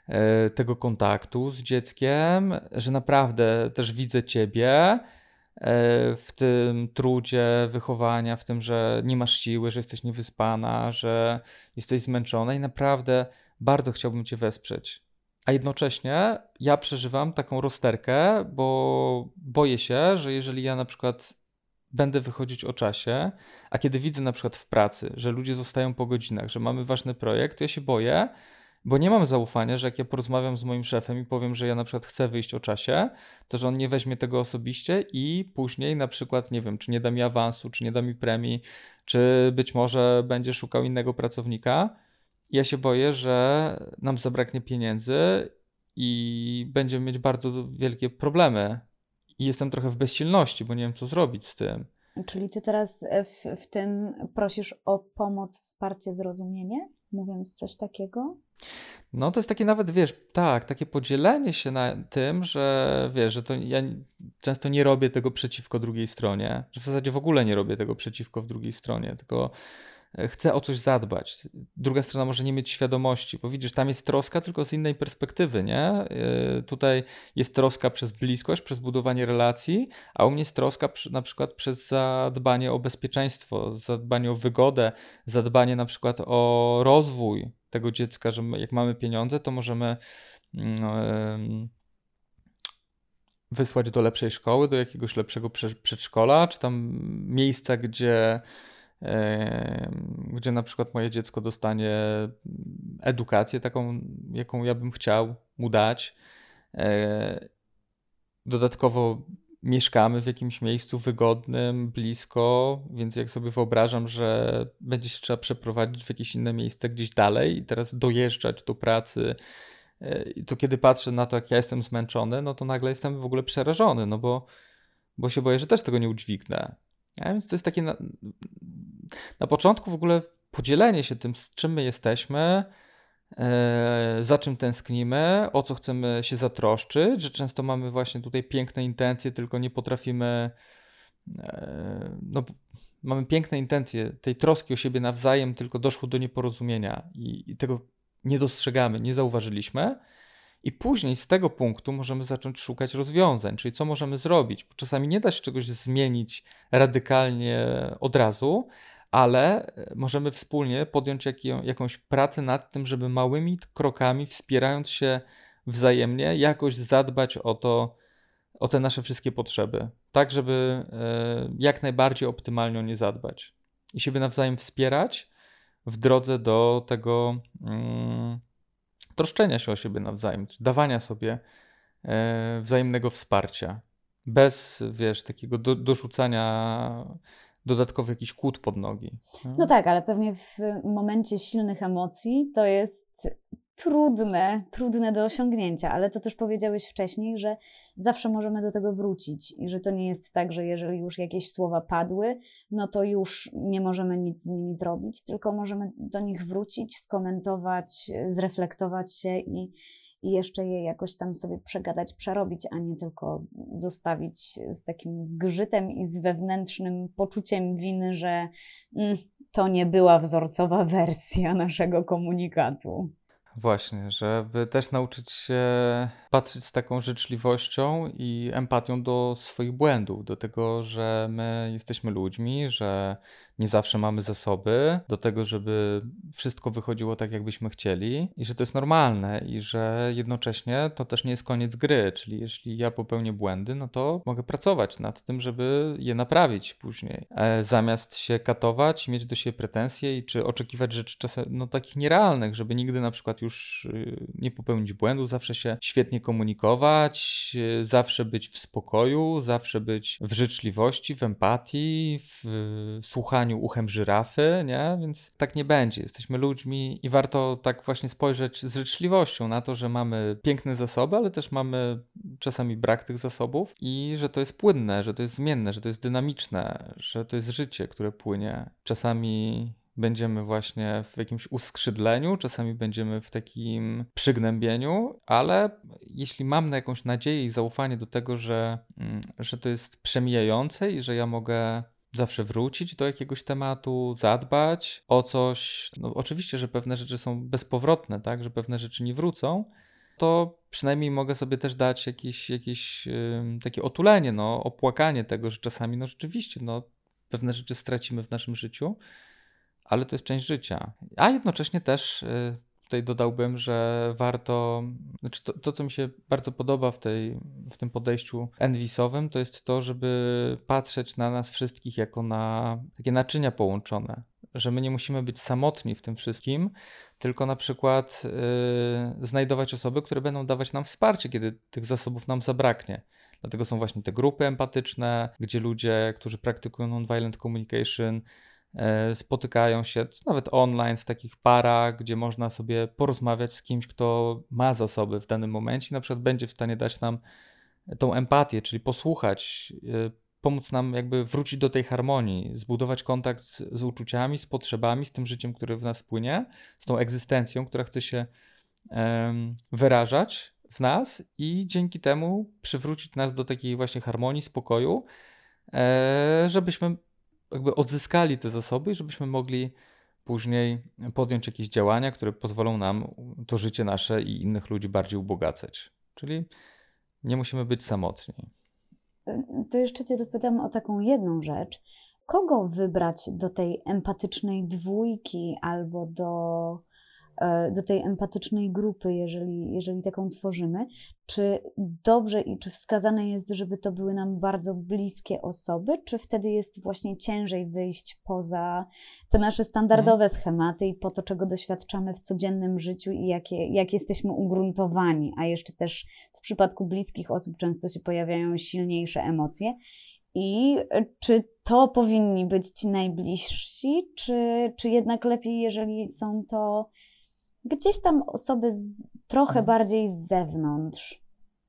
[SPEAKER 1] tego kontaktu z dzieckiem, że naprawdę też widzę ciebie w tym trudzie wychowania, w tym, że nie masz siły, że jesteś niewyspana, że jesteś zmęczona i naprawdę bardzo chciałbym cię wesprzeć. A jednocześnie ja przeżywam taką rozterkę, bo boję się, że jeżeli ja na przykład będę wychodzić o czasie, a kiedy widzę na przykład w pracy, że ludzie zostają po godzinach, że mamy ważny projekt, to ja się boję, bo nie mam zaufania, że jak ja porozmawiam z moim szefem i powiem, że ja na przykład chcę wyjść o czasie, to że on nie weźmie tego osobiście i później na przykład, nie wiem, czy nie da mi awansu, czy nie da mi premii, czy być może będzie szukał innego pracownika. Ja się boję, że nam zabraknie pieniędzy i będziemy mieć bardzo wielkie problemy. I jestem trochę w bezsilności, bo nie wiem, co zrobić z tym.
[SPEAKER 2] Czyli ty teraz w tym prosisz o pomoc, wsparcie, zrozumienie, mówiąc coś takiego?
[SPEAKER 1] No to jest takie nawet, wiesz, tak, takie podzielenie się na tym, że wiesz, że to ja często nie robię tego przeciwko drugiej stronie, że w zasadzie w ogóle nie robię tego przeciwko w drugiej stronie, tylko chcę o coś zadbać. Druga strona może nie mieć świadomości, bo widzisz, tam jest troska tylko z innej perspektywy, nie? Tutaj jest troska przez bliskość, przez budowanie relacji, a u mnie jest troska na przykład przez zadbanie o bezpieczeństwo, zadbanie o wygodę, zadbanie na przykład o rozwój tego dziecka, że jak mamy pieniądze, to możemy wysłać do lepszej szkoły, do jakiegoś lepszego przedszkola, czy tam miejsca, gdzie na przykład moje dziecko dostanie edukację taką, jaką ja bym chciał mu dać. Dodatkowo mieszkamy w jakimś miejscu wygodnym, blisko, więc jak sobie wyobrażam, że będzie się trzeba przeprowadzić w jakieś inne miejsce gdzieś dalej i teraz dojeżdżać do pracy, i to kiedy patrzę na to, jak ja jestem zmęczony, no to nagle jestem w ogóle przerażony, no bo się boję, że też tego nie udźwignę. A więc to jest takie na początku w ogóle podzielenie się tym, z czym my jesteśmy, za czym tęsknimy, o co chcemy się zatroszczyć, że często mamy właśnie tutaj piękne intencje, tylko nie potrafimy, no, mamy piękne intencje tej troski o siebie nawzajem, tylko doszło do nieporozumienia i tego nie dostrzegamy, nie zauważyliśmy. I później z tego punktu możemy zacząć szukać rozwiązań, czyli co możemy zrobić. Bo czasami nie da się czegoś zmienić radykalnie od razu, ale możemy wspólnie podjąć jakąś pracę nad tym, żeby małymi krokami, wspierając się wzajemnie, jakoś zadbać o te nasze wszystkie potrzeby. Tak, żeby jak najbardziej optymalnie o nie zadbać. I siebie nawzajem wspierać w drodze do tego troszczenia się o siebie nawzajem, czy dawania sobie wzajemnego wsparcia. Bez, wiesz, takiego dorzucania dodatkowych jakichś kłód pod nogi.
[SPEAKER 2] No tak, ale pewnie w momencie silnych emocji to jest trudne do osiągnięcia, ale to też powiedziałeś wcześniej, że zawsze możemy do tego wrócić i że to nie jest tak, że jeżeli już jakieś słowa padły, no to już nie możemy nic z nimi zrobić, tylko możemy do nich wrócić, skomentować, zreflektować się i jeszcze je jakoś tam sobie przegadać, przerobić, a nie tylko zostawić z takim zgrzytem i z wewnętrznym poczuciem winy, że to nie była wzorcowa wersja naszego komunikatu.
[SPEAKER 1] Właśnie, żeby też nauczyć się patrzeć z taką życzliwością i empatią do swoich błędów, do tego, że my jesteśmy ludźmi, że nie zawsze mamy zasoby do tego, żeby wszystko wychodziło tak, jakbyśmy chcieli i że to jest normalne i że jednocześnie to też nie jest koniec gry, czyli jeśli ja popełnię błędy, no to mogę pracować nad tym, żeby je naprawić później. Zamiast się katować, mieć do siebie pretensje i czy oczekiwać rzeczy czasem no, takich nierealnych, żeby nigdy na przykład już nie popełnić błędu, zawsze się świetnie komunikować, zawsze być w spokoju, zawsze być w życzliwości, w empatii, w słuchaniu uchem żyrafy, nie? Więc tak nie będzie. Jesteśmy ludźmi i warto tak właśnie spojrzeć z życzliwością na to, że mamy piękne zasoby, ale też mamy czasami brak tych zasobów i że to jest płynne, że to jest zmienne, że to jest dynamiczne, że to jest życie, które płynie. Czasami będziemy właśnie w jakimś uskrzydleniu, czasami będziemy w takim przygnębieniu, ale jeśli mam na jakąś nadzieję i zaufanie do tego, że to jest przemijające i że ja mogę zawsze wrócić do jakiegoś tematu, zadbać o coś, no oczywiście, że pewne rzeczy są bezpowrotne, tak, że pewne rzeczy nie wrócą, to przynajmniej mogę sobie też dać jakieś takie otulenie, no, opłakanie tego, że czasami, no rzeczywiście, no, pewne rzeczy stracimy w naszym życiu, ale to jest część życia. A jednocześnie też tutaj dodałbym, że warto, znaczy to co mi się bardzo podoba w tym podejściu Envisowym, to jest to, żeby patrzeć na nas wszystkich jako na takie naczynia połączone, że my nie musimy być samotni w tym wszystkim, tylko na przykład znajdować osoby, które będą dawać nam wsparcie, kiedy tych zasobów nam zabraknie. Dlatego są właśnie te grupy empatyczne, gdzie ludzie, którzy praktykują nonviolent communication, spotykają się nawet online w takich parach, gdzie można sobie porozmawiać z kimś, kto ma zasoby w danym momencie, na przykład będzie w stanie dać nam tą empatię, czyli posłuchać, pomóc nam jakby wrócić do tej harmonii, zbudować kontakt z uczuciami, z potrzebami, z tym życiem, które w nas płynie, z tą egzystencją, która chce się wyrażać w nas i dzięki temu przywrócić nas do takiej właśnie harmonii, spokoju, żebyśmy jakby odzyskali te zasoby i żebyśmy mogli później podjąć jakieś działania, które pozwolą nam to życie nasze i innych ludzi bardziej ubogacać. Czyli nie musimy być samotni.
[SPEAKER 2] To jeszcze Cię dopytam o taką jedną rzecz. Kogo wybrać do tej empatycznej dwójki albo do do tej empatycznej grupy, jeżeli taką tworzymy, czy dobrze i czy wskazane jest, żeby to były nam bardzo bliskie osoby, czy wtedy jest właśnie ciężej wyjść poza te nasze standardowe schematy i po to, czego doświadczamy w codziennym życiu i jak jesteśmy ugruntowani, a jeszcze też w przypadku bliskich osób często się pojawiają silniejsze emocje. I czy to powinni być ci najbliżsi, czy jednak lepiej, jeżeli są to gdzieś tam osoby trochę bardziej z zewnątrz?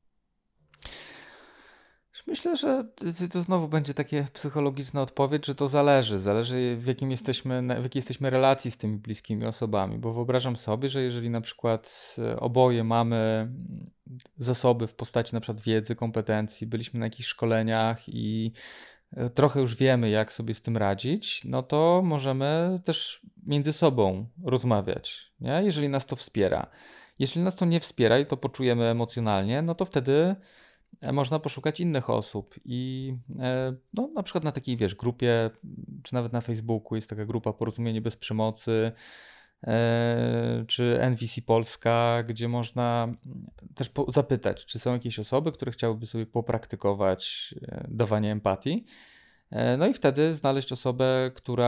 [SPEAKER 1] Myślę, że to znowu będzie takie psychologiczna odpowiedź, że to zależy. Zależy w jakiej jesteśmy relacji z tymi bliskimi osobami, bo wyobrażam sobie, że jeżeli na przykład oboje mamy zasoby w postaci na przykład wiedzy, kompetencji, byliśmy na jakichś szkoleniach i trochę już wiemy, jak sobie z tym radzić, no to możemy też między sobą rozmawiać, nie? Jeżeli nas to wspiera. Jeśli nas to nie wspiera i to poczujemy emocjonalnie, no to wtedy można poszukać innych osób i no, na przykład na takiej, grupie, czy nawet na Facebooku jest taka grupa Porozumienie bez przemocy, czy NVC Polska, gdzie można też zapytać, czy są jakieś osoby, które chciałyby sobie popraktykować dawanie empatii. No i wtedy znaleźć osobę,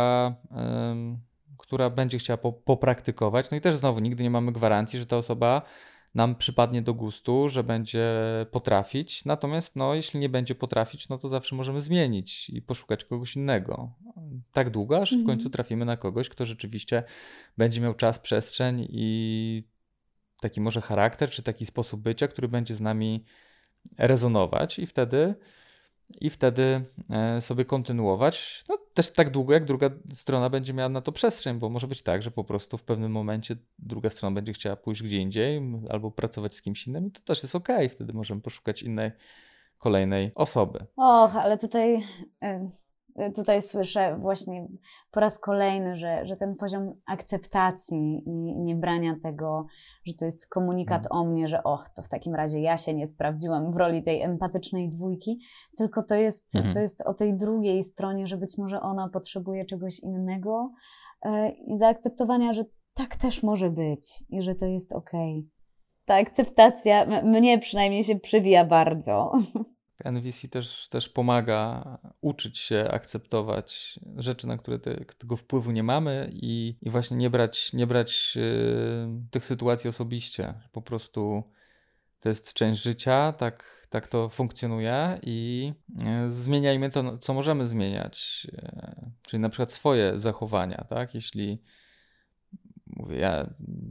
[SPEAKER 1] która będzie chciała popraktykować. No i też znowu nigdy nie mamy gwarancji, że ta osoba nam przypadnie do gustu, że będzie potrafić. Natomiast no, jeśli nie będzie potrafić, no to zawsze możemy zmienić i poszukać kogoś innego. Tak długo, aż w końcu trafimy na kogoś, kto rzeczywiście będzie miał czas, przestrzeń i taki może charakter, czy taki sposób bycia, który będzie z nami rezonować i wtedy sobie kontynuować. No, też tak długo, jak druga strona będzie miała na to przestrzeń, bo może być tak, że po prostu w pewnym momencie druga strona będzie chciała pójść gdzie indziej albo pracować z kimś innym i to też jest okej. Wtedy możemy poszukać innej, kolejnej osoby.
[SPEAKER 2] Och, ale tutaj słyszę właśnie po raz kolejny, że ten poziom akceptacji i nie brania tego, że to jest komunikat o mnie, że to w takim razie ja się nie sprawdziłam w roli tej empatycznej dwójki, tylko to jest o tej drugiej stronie, że być może ona potrzebuje czegoś innego i zaakceptowania, że tak też może być i że to jest okej. Ta akceptacja mnie przynajmniej się przywija bardzo.
[SPEAKER 1] NVC też pomaga uczyć się akceptować rzeczy, na które tego wpływu nie mamy i właśnie nie brać tych sytuacji osobiście. Po prostu to jest część życia, tak to funkcjonuje i zmieniajmy to, co możemy zmieniać. Czyli na przykład swoje zachowania, tak? Jeśli mówię, ja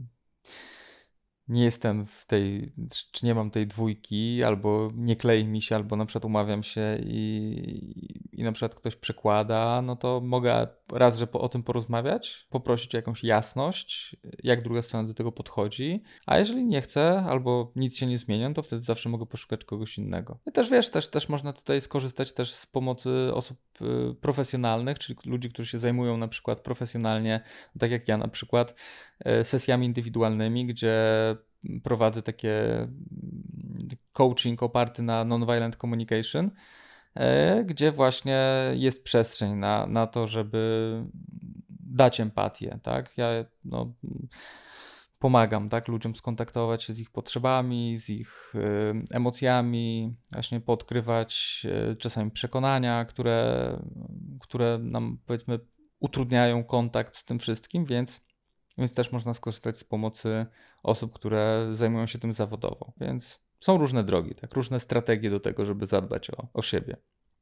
[SPEAKER 1] nie jestem czy nie mam tej dwójki, albo nie klei mi się, albo na przykład umawiam się i na przykład ktoś przekłada, no to mogę raz, że o tym porozmawiać, poprosić o jakąś jasność, jak druga strona do tego podchodzi, a jeżeli nie chce, albo nic się nie zmienia, to wtedy zawsze mogę poszukać kogoś innego. I też też można tutaj skorzystać też z pomocy osób profesjonalnych, czyli ludzi, którzy się zajmują na przykład profesjonalnie, tak jak ja na przykład, sesjami indywidualnymi, gdzie prowadzę takie coaching oparty na nonviolent communication, gdzie właśnie jest przestrzeń na to, żeby dać empatię, tak? Ja pomagam, tak, ludziom skontaktować się z ich potrzebami, z ich emocjami, właśnie poodkrywać czasami przekonania, które nam, powiedzmy, utrudniają kontakt z tym wszystkim, więc też można skorzystać z pomocy osób, które zajmują się tym zawodowo. Więc są różne drogi, tak, różne strategie do tego, żeby zadbać o siebie.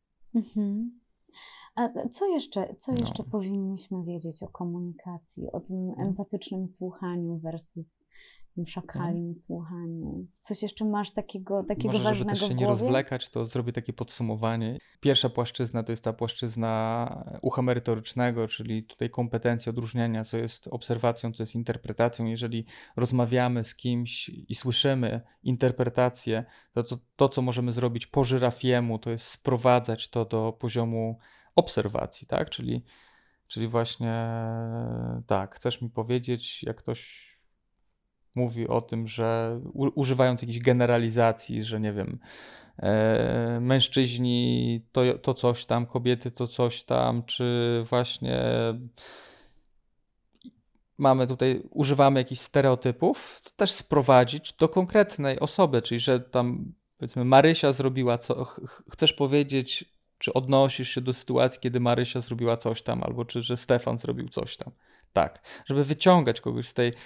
[SPEAKER 2] A co jeszcze powinniśmy wiedzieć o komunikacji, o tym empatycznym słuchaniu versus tym szakalim słuchaniu? Coś jeszcze masz takiego
[SPEAKER 1] Może,
[SPEAKER 2] ważnego
[SPEAKER 1] żeby też się
[SPEAKER 2] w
[SPEAKER 1] nie
[SPEAKER 2] głowie?
[SPEAKER 1] rozwlekać, to zrobię takie podsumowanie. Pierwsza płaszczyzna to jest ta płaszczyzna ucha merytorycznego, czyli tutaj kompetencja odróżniania, co jest obserwacją, co jest interpretacją. Jeżeli rozmawiamy z kimś i słyszymy interpretację, to co możemy zrobić po żyrafiemu, to jest sprowadzać to do poziomu obserwacji, tak? Czyli właśnie tak, chcesz mi powiedzieć, jak ktoś mówi o tym, że używając jakiejś generalizacji, że nie wiem, mężczyźni to coś tam, kobiety to coś tam, czy właśnie mamy tutaj, używamy jakichś stereotypów, to też sprowadzić do konkretnej osoby, czyli że tam powiedzmy Marysia zrobiła co, chcesz powiedzieć, czy odnosisz się do sytuacji, kiedy Marysia zrobiła coś tam, albo czy że Stefan zrobił coś tam. Tak, żeby wyciągać kogoś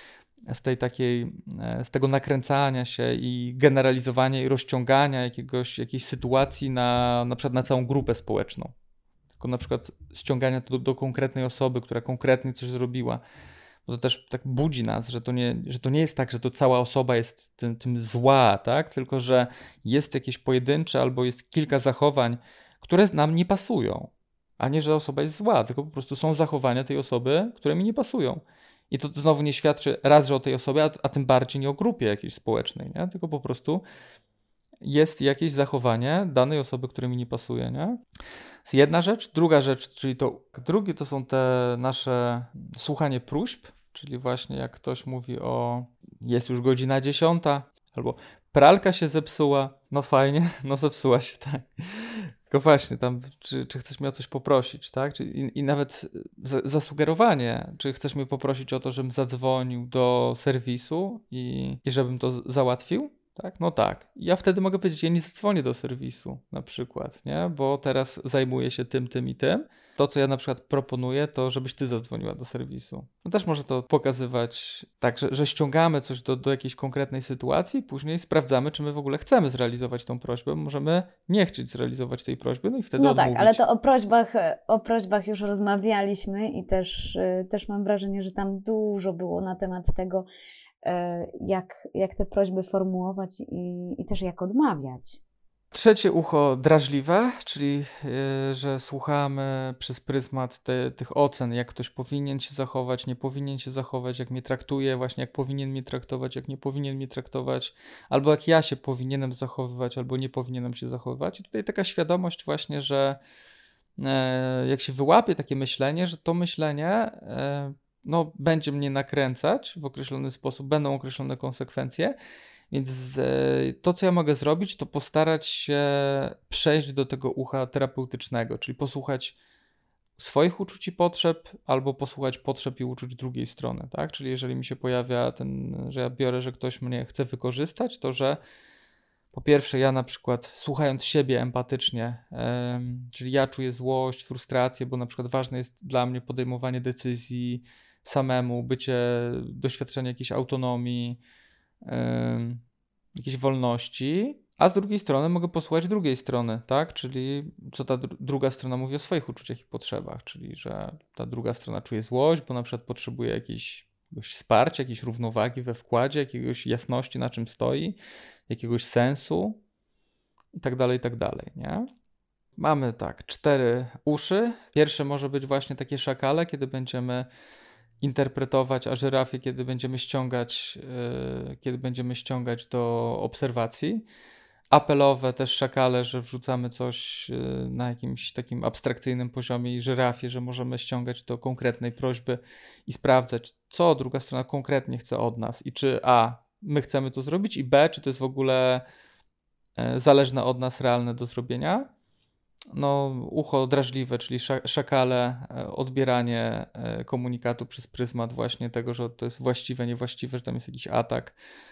[SPEAKER 1] z tego nakręcania się i generalizowania i rozciągania jakiejś sytuacji na przykład na całą grupę społeczną. Tylko na przykład ściągania to do konkretnej osoby, która konkretnie coś zrobiła. Bo to też tak budzi nas, że to nie jest tak, że to cała osoba jest tym zła, tak? Tylko że jest jakieś pojedyncze albo jest kilka zachowań, które nam nie pasują. A nie, że osoba jest zła, tylko po prostu są zachowania tej osoby, które mi nie pasują. I to znowu nie świadczy raz, że o tej osobie, a tym bardziej nie o grupie jakiejś społecznej, nie? Tylko po prostu jest jakieś zachowanie danej osoby, które mi nie pasuje, nie? Jest jedna rzecz. Druga rzecz, czyli drugie to są te nasze słuchanie próśb, czyli właśnie jak ktoś mówi jest już godzina 10, albo pralka się zepsuła, no fajnie, no zepsuła się, tak. Tylko właśnie tam, czy chcesz mnie o coś poprosić, tak? I nawet zasugerowanie, czy chcesz mnie poprosić o to, żebym zadzwonił do serwisu i żebym to załatwił, tak? No tak. I ja wtedy mogę powiedzieć, ja nie zadzwonię do serwisu na przykład, nie? Bo teraz zajmuję się tym i tym. To, co ja na przykład proponuję, to żebyś ty zadzwoniła do serwisu. No też może to pokazywać tak, że ściągamy coś do jakiejś konkretnej sytuacji, później sprawdzamy, czy my w ogóle chcemy zrealizować tą prośbę. Możemy nie chcieć zrealizować tej prośby, no i wtedy odmówić.
[SPEAKER 2] Tak, ale to o prośbach już rozmawialiśmy i też mam wrażenie, że tam dużo było na temat tego, jak te prośby formułować i też jak odmawiać.
[SPEAKER 1] Trzecie ucho drażliwe, czyli że słuchamy przez pryzmat tych ocen, jak ktoś powinien się zachować, nie powinien się zachować, jak mnie traktuje, właśnie jak powinien mnie traktować, jak nie powinien mnie traktować, albo jak ja się powinienem zachowywać, albo nie powinienem się zachowywać. I tutaj taka świadomość właśnie, że jak się wyłapie takie myślenie, że to myślenie będzie mnie nakręcać w określony sposób, będą określone konsekwencje. Więc to, co ja mogę zrobić, to postarać się przejść do tego ucha terapeutycznego, czyli posłuchać swoich uczuć i potrzeb, albo posłuchać potrzeb i uczuć drugiej strony, tak? Czyli jeżeli mi się pojawia że ja biorę, że ktoś mnie chce wykorzystać, to że po pierwsze ja na przykład słuchając siebie empatycznie, czyli ja czuję złość, frustrację, bo na przykład ważne jest dla mnie podejmowanie decyzji samemu, doświadczenie jakiejś autonomii, jakiejś wolności, a z drugiej strony mogę posłuchać drugiej strony, tak? Czyli co ta druga strona mówi o swoich uczuciach i potrzebach, czyli że ta druga strona czuje złość, bo na przykład potrzebuje jakiegoś wsparcia, jakiejś równowagi we wkładzie, jakiegoś jasności na czym stoi, jakiegoś sensu i tak dalej, nie? Mamy tak, 4 uszy. Pierwsze może być właśnie takie szakale, kiedy będziemy interpretować, a żyrafie, kiedy będziemy ściągać do obserwacji. Apelowe też szakale, że wrzucamy coś na jakimś takim abstrakcyjnym poziomie i żyrafie, że możemy ściągać do konkretnej prośby i sprawdzać, co druga strona konkretnie chce od nas i czy my chcemy to zrobić i b, czy to jest w ogóle zależne od nas, realne do zrobienia. Ucho drażliwe, czyli szakale, odbieranie komunikatu przez pryzmat właśnie tego, że to jest właściwe, niewłaściwe, że tam jest jakiś atak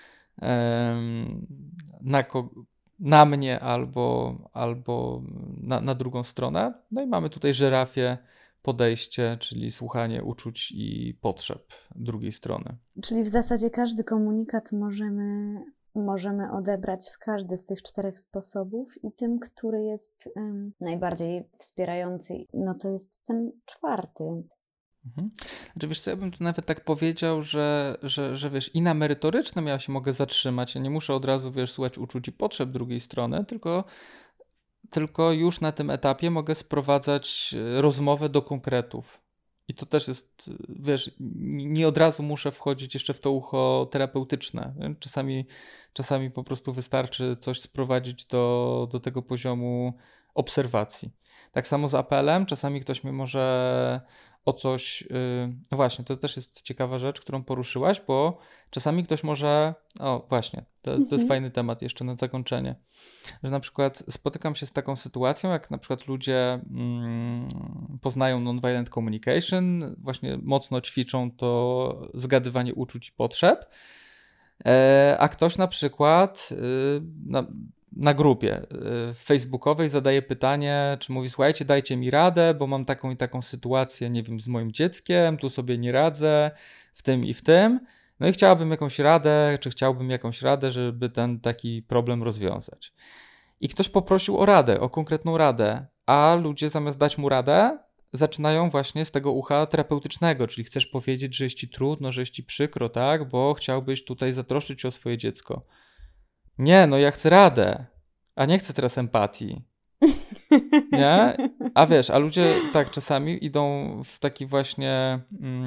[SPEAKER 1] na mnie albo na drugą stronę. No i mamy tutaj żyrafie podejście, czyli słuchanie uczuć i potrzeb drugiej strony.
[SPEAKER 2] Czyli w zasadzie każdy komunikat możemy odebrać w każdy z tych 4 sposobów i tym, który jest najbardziej wspierający, to jest ten 4.
[SPEAKER 1] Znaczy, wiesz co, ja bym tu nawet tak powiedział, że wiesz, i na merytorycznym ja się mogę zatrzymać, ja nie muszę od razu, wiesz, słuchać uczuć i potrzeb drugiej strony, tylko już na tym etapie mogę sprowadzać rozmowę do konkretów. I to też jest, wiesz, nie od razu muszę wchodzić jeszcze w to ucho terapeutyczne. Czasami po prostu wystarczy coś sprowadzić do tego poziomu obserwacji. Tak samo z apelem, czasami ktoś mnie może o coś, no właśnie, to też jest ciekawa rzecz, którą poruszyłaś, bo czasami ktoś może, o właśnie, to jest fajny temat jeszcze na zakończenie, że na przykład spotykam się z taką sytuacją, jak na przykład ludzie poznają nonviolent communication, właśnie mocno ćwiczą to zgadywanie uczuć i potrzeb, a ktoś na przykład na grupie facebookowej zadaje pytanie, czy mówi, słuchajcie, dajcie mi radę, bo mam taką i taką sytuację, nie wiem, z moim dzieckiem, tu sobie nie radzę, w tym i w tym, no i chciałbym jakąś radę, żeby ten taki problem rozwiązać. I ktoś poprosił o radę, o konkretną radę, a ludzie zamiast dać mu radę, zaczynają właśnie z tego ucha terapeutycznego, czyli chcesz powiedzieć, że jest ci trudno, że jest ci przykro, tak, bo chciałbyś tutaj zatroszczyć się o swoje dziecko. Nie, no ja chcę radę, a nie chcę teraz empatii. Nie? A wiesz, a ludzie tak czasami idą w taki właśnie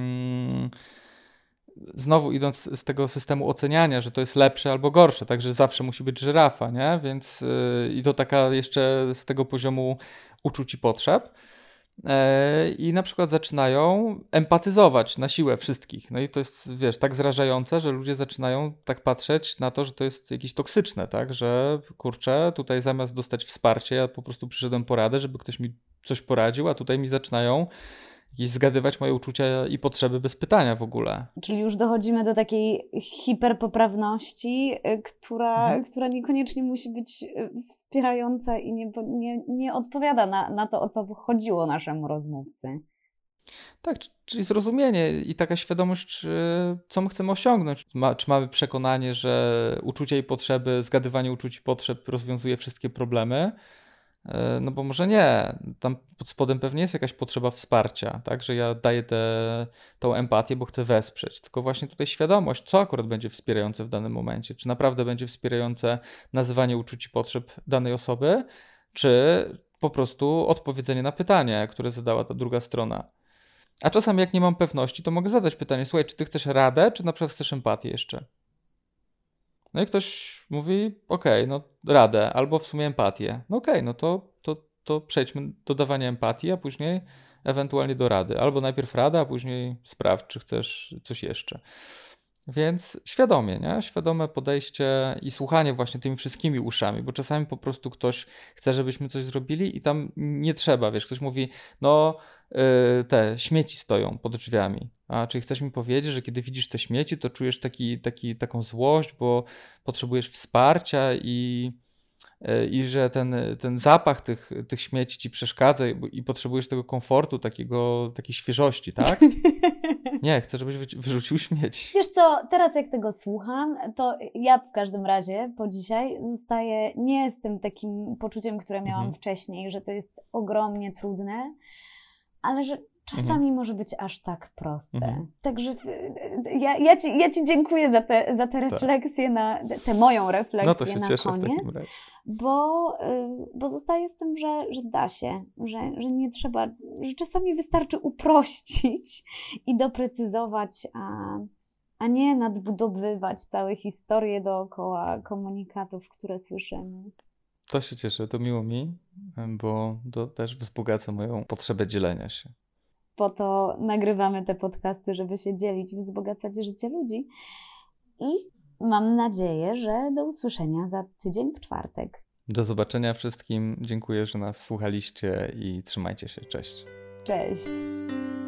[SPEAKER 1] znowu idąc z tego systemu oceniania, że to jest lepsze albo gorsze, także zawsze musi być żyrafa, nie? Więc i to taka jeszcze z tego poziomu uczuć i potrzeb. I na przykład zaczynają empatyzować na siłę wszystkich. No i to jest, wiesz, tak zrażające, że ludzie zaczynają tak patrzeć na to, że to jest jakieś toksyczne, tak? Że kurczę, tutaj zamiast dostać wsparcie, ja po prostu przyszedłem poradę, żeby ktoś mi coś poradził, a tutaj mi zaczynają zgadywać moje uczucia i potrzeby bez pytania w ogóle.
[SPEAKER 2] Czyli już dochodzimy do takiej hiperpoprawności, która niekoniecznie musi być wspierająca i nie odpowiada na to, o co chodziło naszemu rozmówcy.
[SPEAKER 1] Tak, czyli zrozumienie i taka świadomość, co my chcemy osiągnąć. Czy mamy przekonanie, że uczucia i potrzeby, zgadywanie uczuć i potrzeb rozwiązuje wszystkie problemy? No bo może nie. Tam pod spodem pewnie jest jakaś potrzeba wsparcia, tak? Że ja daję tą empatię, bo chcę wesprzeć. Tylko właśnie tutaj świadomość, co akurat będzie wspierające w danym momencie. Czy naprawdę będzie wspierające nazywanie uczuć i potrzeb danej osoby, czy po prostu odpowiedzenie na pytanie, które zadała ta druga strona. A czasami jak nie mam pewności, to mogę zadać pytanie, słuchaj, czy ty chcesz radę, czy na przykład chcesz empatię jeszcze? No i ktoś mówi, okej, no radę, albo w sumie empatię. No okej, no to przejdźmy do dawania empatii, a później ewentualnie do rady. Albo najpierw rada, a później sprawdź, czy chcesz coś jeszcze. Więc świadomie, nie? Świadome podejście i słuchanie właśnie tymi wszystkimi uszami, bo czasami po prostu ktoś chce, żebyśmy coś zrobili i tam nie trzeba, wiesz, ktoś mówi, no te śmieci stoją pod drzwiami, a czy chcesz mi powiedzieć, że kiedy widzisz te śmieci, to czujesz taką złość, bo potrzebujesz wsparcia i że ten zapach tych śmieci ci przeszkadza i potrzebujesz tego komfortu, takiej świeżości, tak? Nie, chcę, żebyś wyrzucił śmieci.
[SPEAKER 2] Wiesz co, teraz jak tego słucham, to ja w każdym razie po dzisiaj zostaję nie z tym takim poczuciem, które miałam wcześniej, że to jest ogromnie trudne, ale że czasami może być aż tak proste. Także ja ci dziękuję za te refleksje, tę moją refleksję
[SPEAKER 1] no to się cieszę
[SPEAKER 2] koniec,
[SPEAKER 1] w takim razie.
[SPEAKER 2] bo zostaję z tym, że da się, że nie trzeba, że czasami wystarczy uprościć i doprecyzować, a nie nadbudowywać całe historie dookoła komunikatów, które słyszymy.
[SPEAKER 1] To się cieszę, to miło mi, bo to też wzbogaca moją potrzebę dzielenia się.
[SPEAKER 2] Po to nagrywamy te podcasty, żeby się dzielić, wzbogacać życie ludzi. I mam nadzieję, że do usłyszenia za tydzień w czwartek.
[SPEAKER 1] Do zobaczenia wszystkim. Dziękuję, że nas słuchaliście i trzymajcie się. Cześć.
[SPEAKER 2] Cześć.